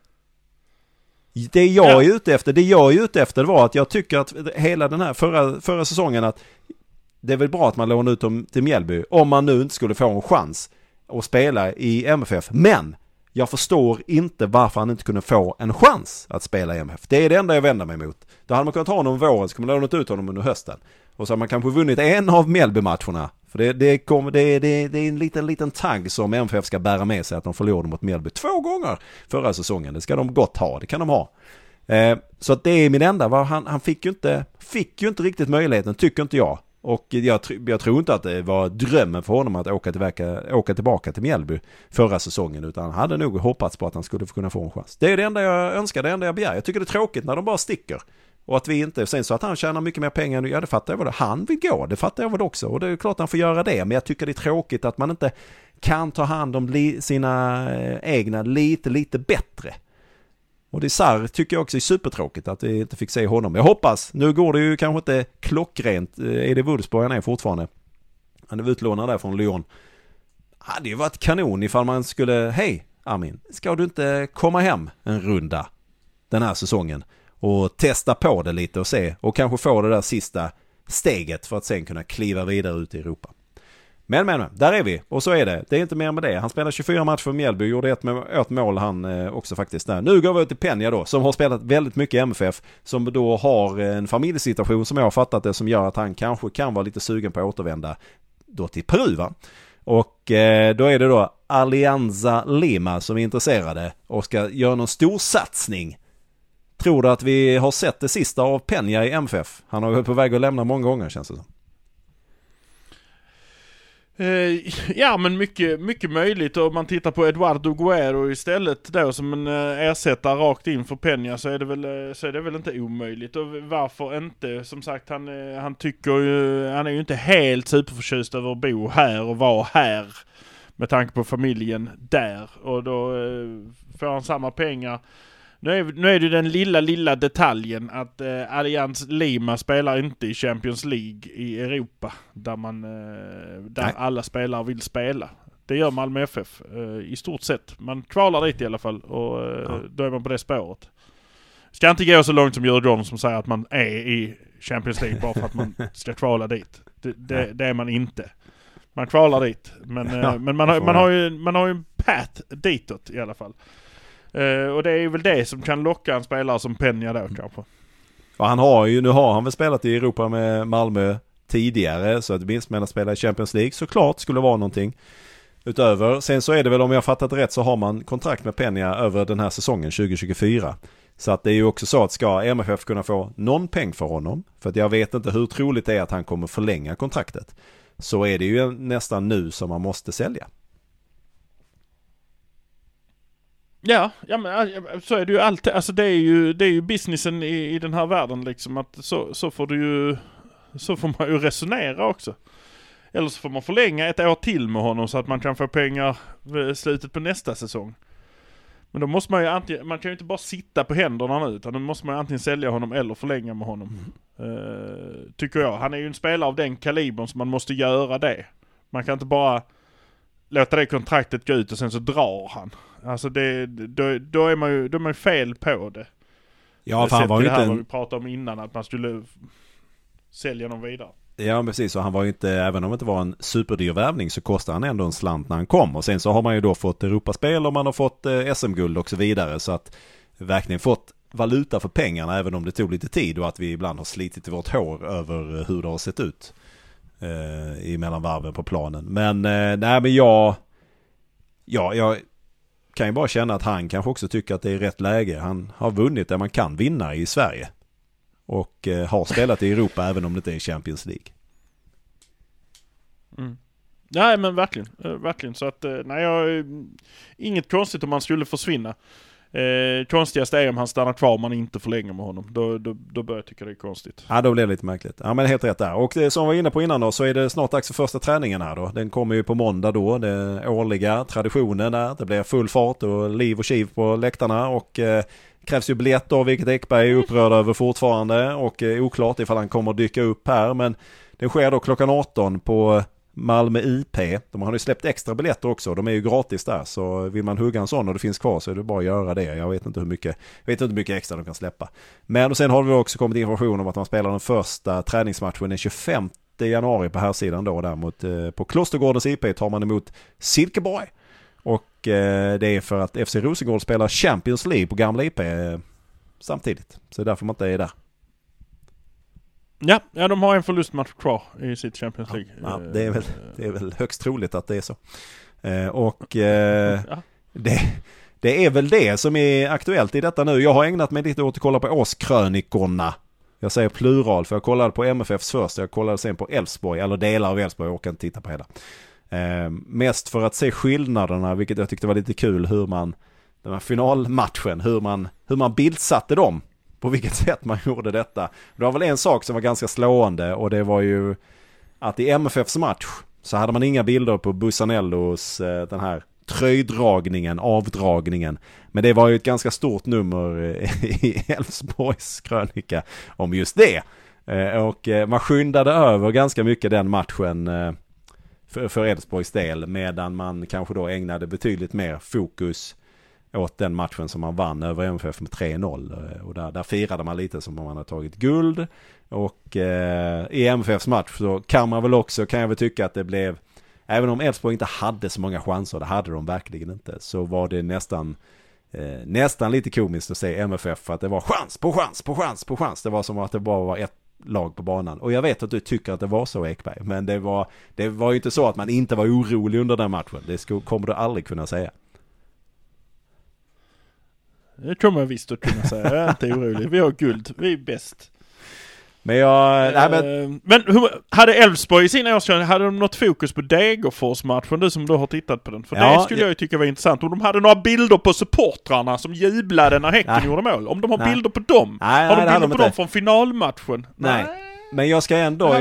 A: Det jag är ute efter var att jag tycker att hela den här förra säsongen att det är väl bra att man lånar ut dem till Mjällby om man nu inte skulle få en chans att spela i MFF. Men jag förstår inte varför han inte kunde få en chans att spela i MFF. Det är det enda jag vänder mig emot. Då hade man kunnat ta honom våren så kunde man låna ut honom under hösten. Och så har man kanske vunnit en av Mjällby-matcherna. För det är en liten tagg som MFF ska bära med sig att de förlorade mot Mjällby 2 gånger förra säsongen. Det ska de gott ha, det kan de ha. Så att det är min enda. Han fick ju inte riktigt möjligheten, tycker inte jag. Och jag tror inte att det var drömmen för honom att åka tillbaka till Mjällby förra säsongen, utan han hade nog hoppats på att han skulle kunna få en chans. Det är det enda jag önskar, det enda jag begär. Jag tycker det är tråkigt när de bara sticker. Och att vi inte, sen så att han tjänar mycket mer pengar, ja det fattar jag väl. Han vill gå, det fattar jag väl också. Och det är klart att han får göra det, men jag tycker det är tråkigt att man inte kan ta hand om sina egna lite bättre. Och det tycker jag också är supertråkigt att vi inte fick se honom. Jag hoppas, nu går det ju kanske inte klockrent. Är det Wolfsburg han är fortfarande? Han är utlånad där från Lyon. Hade ju varit kanon ifall man skulle, hej Armin, ska du inte komma hem en runda den här säsongen och testa på det lite och se och kanske få det där sista steget för att sen kunna kliva vidare ut i Europa. Men, där är vi. Och så är det. Det är inte mer med det. Han spelar 24 matcher för Mjällby. Gjorde ett mål han också faktiskt där. Nu går vi till Peña då, som har spelat väldigt mycket i MFF. Som då har en familjesituation som jag har fattat det, som gör att han kanske kan vara lite sugen på att återvända då till Peru, va? Och då är det då Alianza Lima som är intresserade och ska göra någon stor satsning. Tror du att vi har sett det sista av Peña i MFF? Han har varit på väg att lämna många gånger, känns det som.
B: Ja, men mycket möjligt. Om man tittar på Eduardo Guerrero istället då som en ersättare rakt in för Peña, så är det väl inte omöjligt. Och varför inte? Som sagt, han tycker ju, han är ju inte helt superförtjust över att bo här och vara här med tanke på familjen där, och då får han samma pengar. Nu är det den lilla detaljen att Alianza Lima spelar inte i Champions League i Europa där alla spelare vill spela. Det gör Malmö FF i stort sett. Man kvalar dit i alla fall, och då är man på det spåret. Ska inte gå så långt som Djurgården som säger att man är i Champions League bara för att man ska kvala dit. Det är man inte. Man kvalar dit, men man har ju en path ditåt i alla fall. Och det är väl det som kan locka en spelare som Peña då kanske.
A: Ja, nu har han väl spelat i Europa med Malmö tidigare, så att minst med att spela i Champions League såklart skulle vara någonting utöver. Sen så är det väl, om jag fattat rätt, så har man kontrakt med Peña över den här säsongen 2024. Så att det är ju också så att ska MFF kunna få någon peng för honom, för att jag vet inte hur troligt det är att han kommer förlänga kontraktet, så är det ju nästan nu som man måste sälja.
B: Ja, men så är det ju alltid. Alltså det är ju businessen i den här världen liksom, att så får man ju resonera också. Eller så får man förlänga ett år till med honom så att man kan få pengar vid slutet på nästa säsong. Men då måste man ju man kan ju inte bara sitta på händerna nu, utan då måste man antingen sälja honom eller förlänga med honom. Tycker jag. Han är ju en spelare av den kalibern som man måste göra det. Man kan inte bara låta det kontraktet gå ut och sen så drar han. Alltså då är man ju fel på det.
A: Ja, för han var ju inte
B: vad vi pratade om innan, att man skulle sälja någon vidare.
A: Ja, precis. Och han var ju inte, även om det inte var en superdyr värvning, så kostade han ändå en slant när han kom. Och sen så har man ju då fått Europaspel och man har fått SM-guld och så vidare. Så att verkligen fått valuta för pengarna, även om det tog lite tid och att vi ibland har slitit i vårt hår över hur det har sett ut i mellanvarven på planen. Men jag kan ju bara känna att han kanske också tycker att det är rätt läge. Han har vunnit det man kan vinna i Sverige. Och har spelat i Europa även om det inte är Champions League.
B: Nej, men verkligen. Så att inget konstigt om man skulle försvinna. Konstigaste är om han stannar kvar man inte förlänger med honom. Då börjar jag tycka det är konstigt.
A: Ja, då blir det lite märkligt. Ja, men helt rätt där. Och som vi var inne på innan då, så är det snart dags för första träningen här då. Den kommer ju på måndag då. Det årliga traditionen där. Det blir full fart och liv och kiv på läktarna. Och krävs ju biljett då, vilket Ekberg är upprörd över fortfarande. Och oklart ifall han kommer att dyka upp här. Men det sker då klockan 18 på Malmö IP. De har ju släppt extra biljetter också. De är ju gratis där. Så vill man hugga en sån och det finns kvar så är det bara att göra det. Jag vet inte hur mycket extra de kan släppa. Men och sen har vi också kommit information om att man spelar den första träningsmatchen den 25 januari på här sidan då. Där på Klostergårdens IP tar man emot Silkeborg. Och det är för att FC Rosengård spelar Champions League på gamla IP samtidigt. Så det är därför man inte är där.
B: Ja, de har en förlustmatch kvar i sitt Champions League.
A: Ja, det är väl högst troligt att det är så. Det är väl det som är aktuellt i detta nu. Jag har ägnat mig lite åt att kolla på årskrönikorna. Jag säger plural för jag kollade på MFFs först. Jag kollade sen på Elfsborg, eller delar av Elfsborg. Jag orkar inte titta på hela. Mest för att se skillnaderna, vilket jag tyckte var lite kul, hur man, den här finalmatchen, hur man bildsatte dem. På vilket sätt man gjorde detta. Det var väl en sak som var ganska slående, och det var ju att i MFFs match så hade man inga bilder på Bussanellos den här tröjdragningen, avdragningen. Men det var ju ett ganska stort nummer i Elfsborgs krönika om just det. Och man skyndade över ganska mycket den matchen för Elfsborgs del, medan man kanske då ägnade betydligt mer fokus åt den matchen som man vann över MFF med 3-0. Och där firade man lite som om man har tagit guld. Och i MFFs match så kan jag väl tycka att det blev, även om Elfsborg inte hade så många chanser, det hade de verkligen inte, så var det nästan lite komiskt att se MFF, för att det var chans på chans på chans på chans. Det var som att det bara var ett lag på banan. Och jag vet att du tycker att det var så, Ekberg, men det var ju inte så att man inte var orolig under den matchen. Det kommer du aldrig kunna säga.
B: Det kommer jag visst att kunna säga. Jag är inte orolig. Vi har guld. Vi är bäst.
A: Men
B: men hade Elfsborg i sin årskrönika, hade de något fokus på Degerfors-matchen, du som då har tittat på den? För det skulle jag ju tycka var intressant. Om de hade några bilder på supportrarna som jublade när Häcken gjorde mål. Om de har bilder på dem. Har de bilder på dem från finalmatchen? Nej.
A: Men jag ska ändå...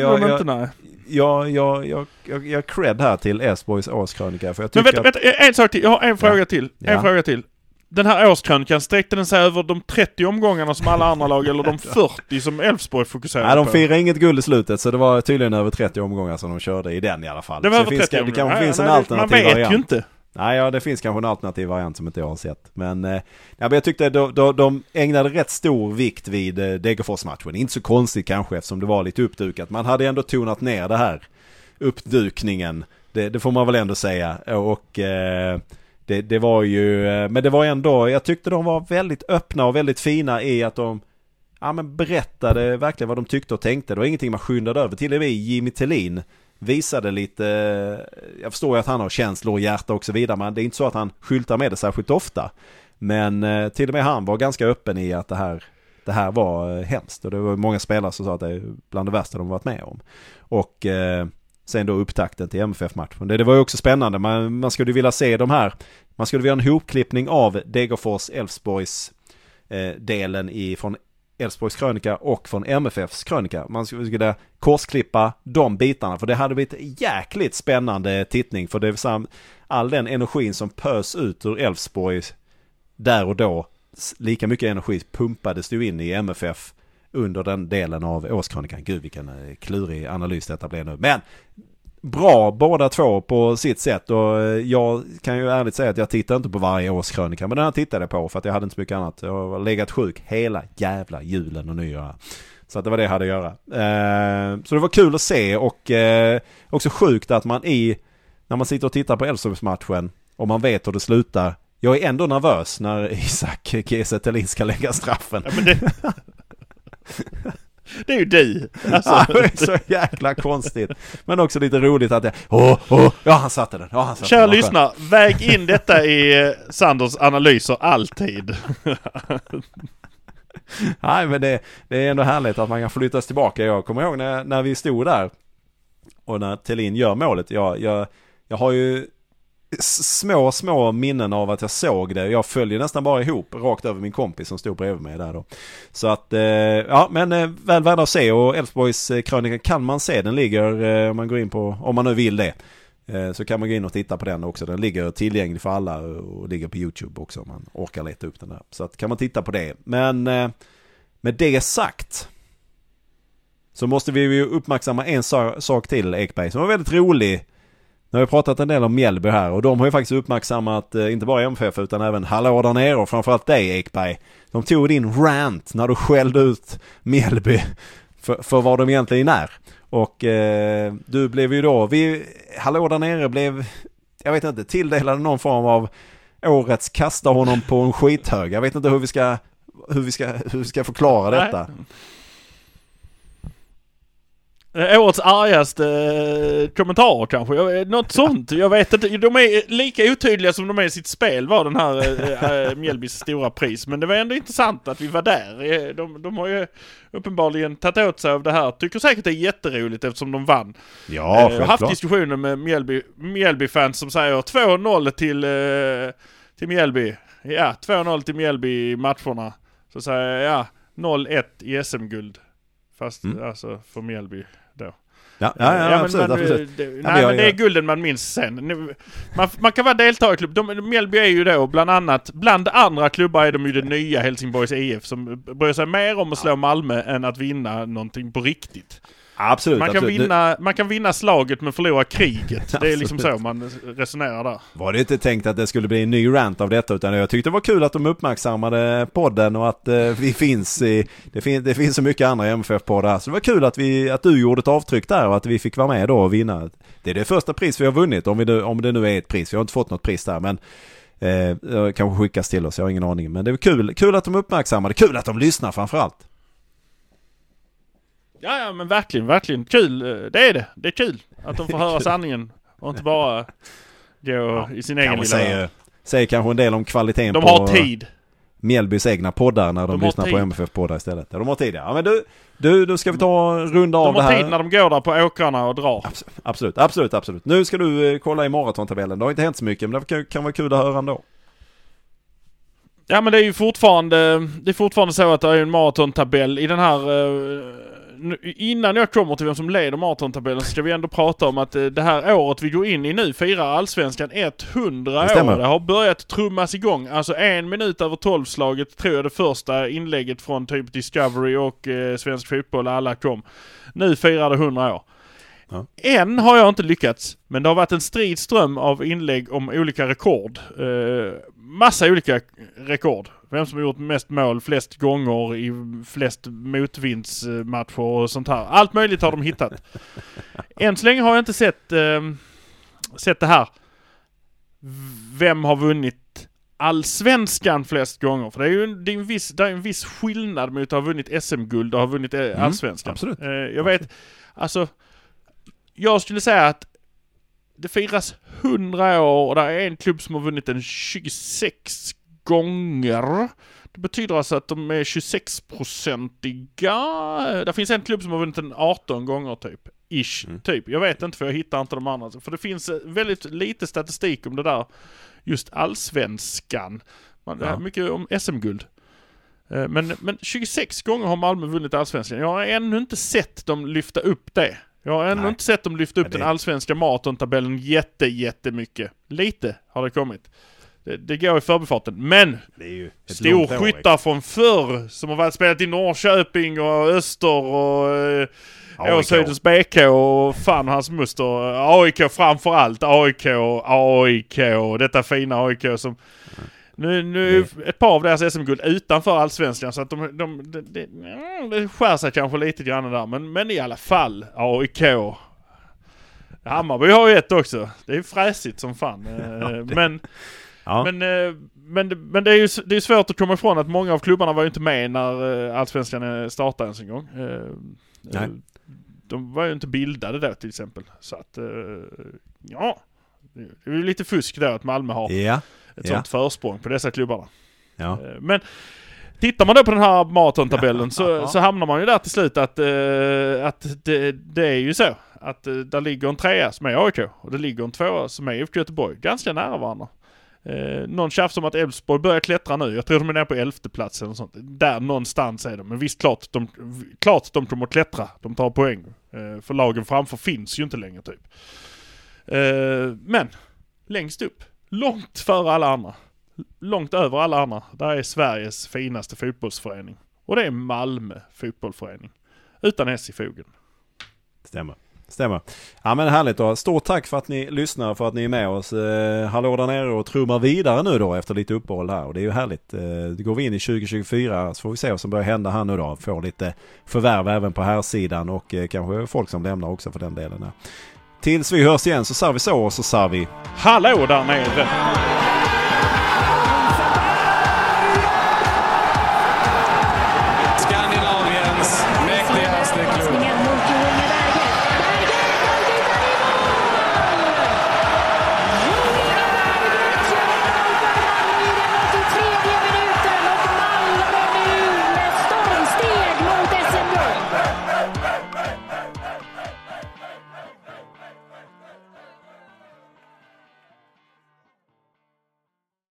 A: Jag cred här till Elfsborgs årskrönika. För jag tycker
B: men en sak till. Jag har en fråga till. En fråga till. Den här årskrönikan, sträckte den sig över de 30 omgångarna som alla andra lag, eller de 40 som Elfsborg fokuserade på?
A: Nej, de firar inget guld i slutet, så det var tydligen över 30 omgångar som de körde i den i alla fall.
B: Det var över 30 omgångar. Det kanske finns en alternativ variant. Man vet ju inte.
A: Nej, det finns kanske en alternativ variant som inte jag har sett. Men jag tyckte de ägnade rätt stor vikt vid Degerfors-matchen. Inte så konstigt kanske, eftersom det var lite uppdukat. Man hade ändå tonat ner det här uppdukningen. Det får man väl ändå säga. Och... Det var ju, men det var ändå, jag tyckte de var väldigt öppna och väldigt fina i att de berättade verkligen vad de tyckte och tänkte. Det var ingenting man skyndade över. Till och med Jimmy Thelin visade lite, jag förstår ju att han har känslor och hjärta och så vidare, men det är inte så att han skyltar med det särskilt ofta. Men till och med han var ganska öppen i att det här var hemskt, och det var många spelare som sa att det är bland det värsta de varit med om. Och sen då upptakten till MFF-matchen. Det var ju också spännande. Man skulle vilja se de här. Man skulle vilja ha en hopklippning av Degerfors Elfsborgs delen från Elfsborgs krönika och från MFFs krönika. Man skulle korsklippa de bitarna, för det hade blivit jäkligt spännande tittning, för det är all den energin som pös ut ur Elfsborg där och då, lika mycket energi pumpades det in i MFF under den delen av årskrönikan. Gud, vilken klurig analys detta blev nu. Men bra båda två på sitt sätt, och jag kan ju ärligt säga att jag tittar inte på varje årskrönika, men den här tittade jag på för att jag hade inte så mycket annat. Jag har legat sjuk hela jävla julen och nyår. Så att det var det jag hade att göra. Så det var kul att se, och också sjukt att när man sitter och tittar på Elfsborgsmatchen och man vet hur det slutar. Jag är ändå nervös när Isak Kiese Thelin ska lägga straffen. Ja, men
B: det är ju dig.
A: Alltså. Ja, det är så jäkla konstigt. Men också lite roligt att han satte den.
B: Kära lyssna, väg in detta i Sanders analyser alltid.
A: Nej, men det är ändå härligt att man kan flyttas tillbaka. Jag kommer ihåg när vi stod där och när Thelin gör målet. Jag har ju små minnen av att jag såg det. Jag följde nästan bara ihop rakt över min kompis som stod bredvid mig där då. Så att, ja, men väl värd att se. Och Elfsborgs krönika kan man se. Den ligger, om man går in på, om man nu vill det, så kan man gå in och titta på den också. Den ligger tillgänglig för alla och ligger på YouTube också om man orkar leta upp den där. Så att kan man titta på det. Men med det sagt så måste vi ju uppmärksamma en sak till, Ekberg, som var väldigt rolig. Nu har vi pratat en del om Mjällby här och de har ju faktiskt uppmärksammat inte bara MFF utan även Hallå där nere och framförallt dig, Ekberg. De tog din rant när du skällde ut Mjällby för vad de egentligen är. Och du blev ju då, Hallå där nere blev, jag vet inte, tilldelade någon form av årets kasta honom på en skithög. Jag vet inte hur vi ska förklara detta.
B: Årets argaste kommentarer kanske. Något sånt. Jag vet inte. De är lika otydliga som de är i sitt spel var den här Mjällbys stora pris. Men det var ändå intressant att vi var där. De har ju uppenbarligen tagit åt sig av det här. Tycker säkert det är jätteroligt eftersom de vann.
A: Ja,
B: jag har haft diskussioner med Mjällby-fans som säger 2-0 till Mjällby. Ja, 2-0 till Mjällby i matcherna. Så säger jag 0-1 i SM-guld. Fast alltså för Mjällby då.
A: Ja, absolut.
B: Men det är gulden man minns sen. Man kan vara deltagarklubb. Mjällby är ju då bland andra klubbar är de ju det nya Helsingborgs IF som bryr sig mer om att slå Malmö än att vinna någonting på riktigt.
A: Absolut.
B: Man kan vinna slaget men förlora kriget. Det är liksom så man resonerar där.
A: Var det inte tänkt att det skulle bli en ny rant av detta, utan jag tyckte det var kul att de uppmärksammade podden och att vi finns det finns så mycket andra MFF-poddar. Så det var kul att du gjorde ett avtryck där och att vi fick vara med då och vinna. Det är det första pris vi har vunnit, om det nu är ett pris. Vi har inte fått något pris där, men kanske skickas till oss, jag har ingen aning. Men det är kul att de uppmärksammade, kul att de lyssnar framförallt.
B: Ja, men verkligen kul. Det är det. Det är kul att de får höra sanningen och inte bara gå i sin egen lilla...
A: Säger kanske en del om kvaliteten
B: de
A: på
B: har tid.
A: Mjällbys egna poddar när de lyssnar på MFF-poddar istället. Ja, de har tid. Ja, men du ska vi ta en runda av det här.
B: De har tid när de går där på åkrarna och drar.
A: Absolut. Nu ska du kolla i maratontabellen. Det har inte hänt så mycket, men det kan vara kul att höra ändå.
B: Ja, men det är ju fortfarande så att det är en maratontabell i den här... Innan jag kommer till vem som leder maratontabellen så ska vi ändå prata om att det här året vi går in i nu firar Allsvenskan 100 år. Det har börjat trummas igång. Alltså 1 minut över 12-slaget tror jag det första inlägget från typ Discovery och Svensk Fotboll alla kom. Nu firar det 100 år. Ja. Än har jag inte lyckats, men det har varit en stridström av inlägg om olika rekord. Massa olika rekord. Vem som har gjort mest mål flest gånger i flest motvindsmatcher och sånt här. Allt möjligt har de hittat. Än så länge har jag inte sett det här. Vem har vunnit Allsvenskan flest gånger? För det är en viss skillnad mot att ha vunnit SM-guld och ha vunnit Allsvenskan.
A: Absolut.
B: Jag vet, alltså jag skulle säga att det firas 100 år och det är en klubb som har vunnit den 26 gånger. Det betyder alltså att de är 26-procentiga. Det finns en klubb som har vunnit den 18 gånger typ. Typ. Jag vet inte för jag hittar inte de andra. För det finns väldigt lite statistik om det där. Just Allsvenskan. Det är mycket om SM-guld. Men 26 gånger har Malmö vunnit Allsvenskan. Jag har ännu inte sett dem lyfta upp det. Jag har ännu inte sett dem lyfta upp den allsvenska maratontabellen jättemycket. Lite har det kommit. Det går i förbifarten. Men
A: det är ju
B: storskyttar från förr som har varit spelat i Norrköping och Öster och Åshöjdens BK och fan hans muster. AIK framförallt. AIK. Detta fina AIK som... Nu ett par av deras SM-guld utanför Allsvenskan så att det skär sig kanske lite grann där. Men i alla fall AIK. Hammarby har ju ett också. Det är fräsigt som fan. Men det är ju svårt att komma ifrån att många av klubbarna var ju inte med när Allsvenskan startade ens en gång. De var ju inte bildade då till exempel. Så att det är ju lite fusk då att Malmö har ett sånt försprång på dessa klubbarna.
A: Ja.
B: Men Tittar man då på den här maratontabellen så hamnar man ju där till slut att det är ju så. Att där ligger en 3 som är AIK och det ligger en 2 som är IFK Göteborg. Ganska nära varandra. Någon tjafs om att Elfsborg börjar klättra nu. Jag tror de är nere på 11:e platsen och sånt. Där någonstans är de. Men visst klart de kommer att klättra. De tar poäng. För lagen framför finns ju inte längre typ. Men längst upp. Långt före alla andra. Långt över alla andra. Där är Sveriges finaste fotbollsförening. Och det är Malmö fotbollsförening. Utan S i fogen.
A: Stämmer. Ja, men härligt då. Stort tack för att ni lyssnar, för att ni är med oss. Hallå där nere och trummar vidare nu då efter lite uppehåll här. Och det är ju härligt. Det går vi in i 2024 så får vi se vad som börjar hända här nu då. Får lite förvärv även på här sidan och kanske folk som lämnar också för den delen. Tills vi hörs igen så sa vi så och så sa vi
B: hallå där nere.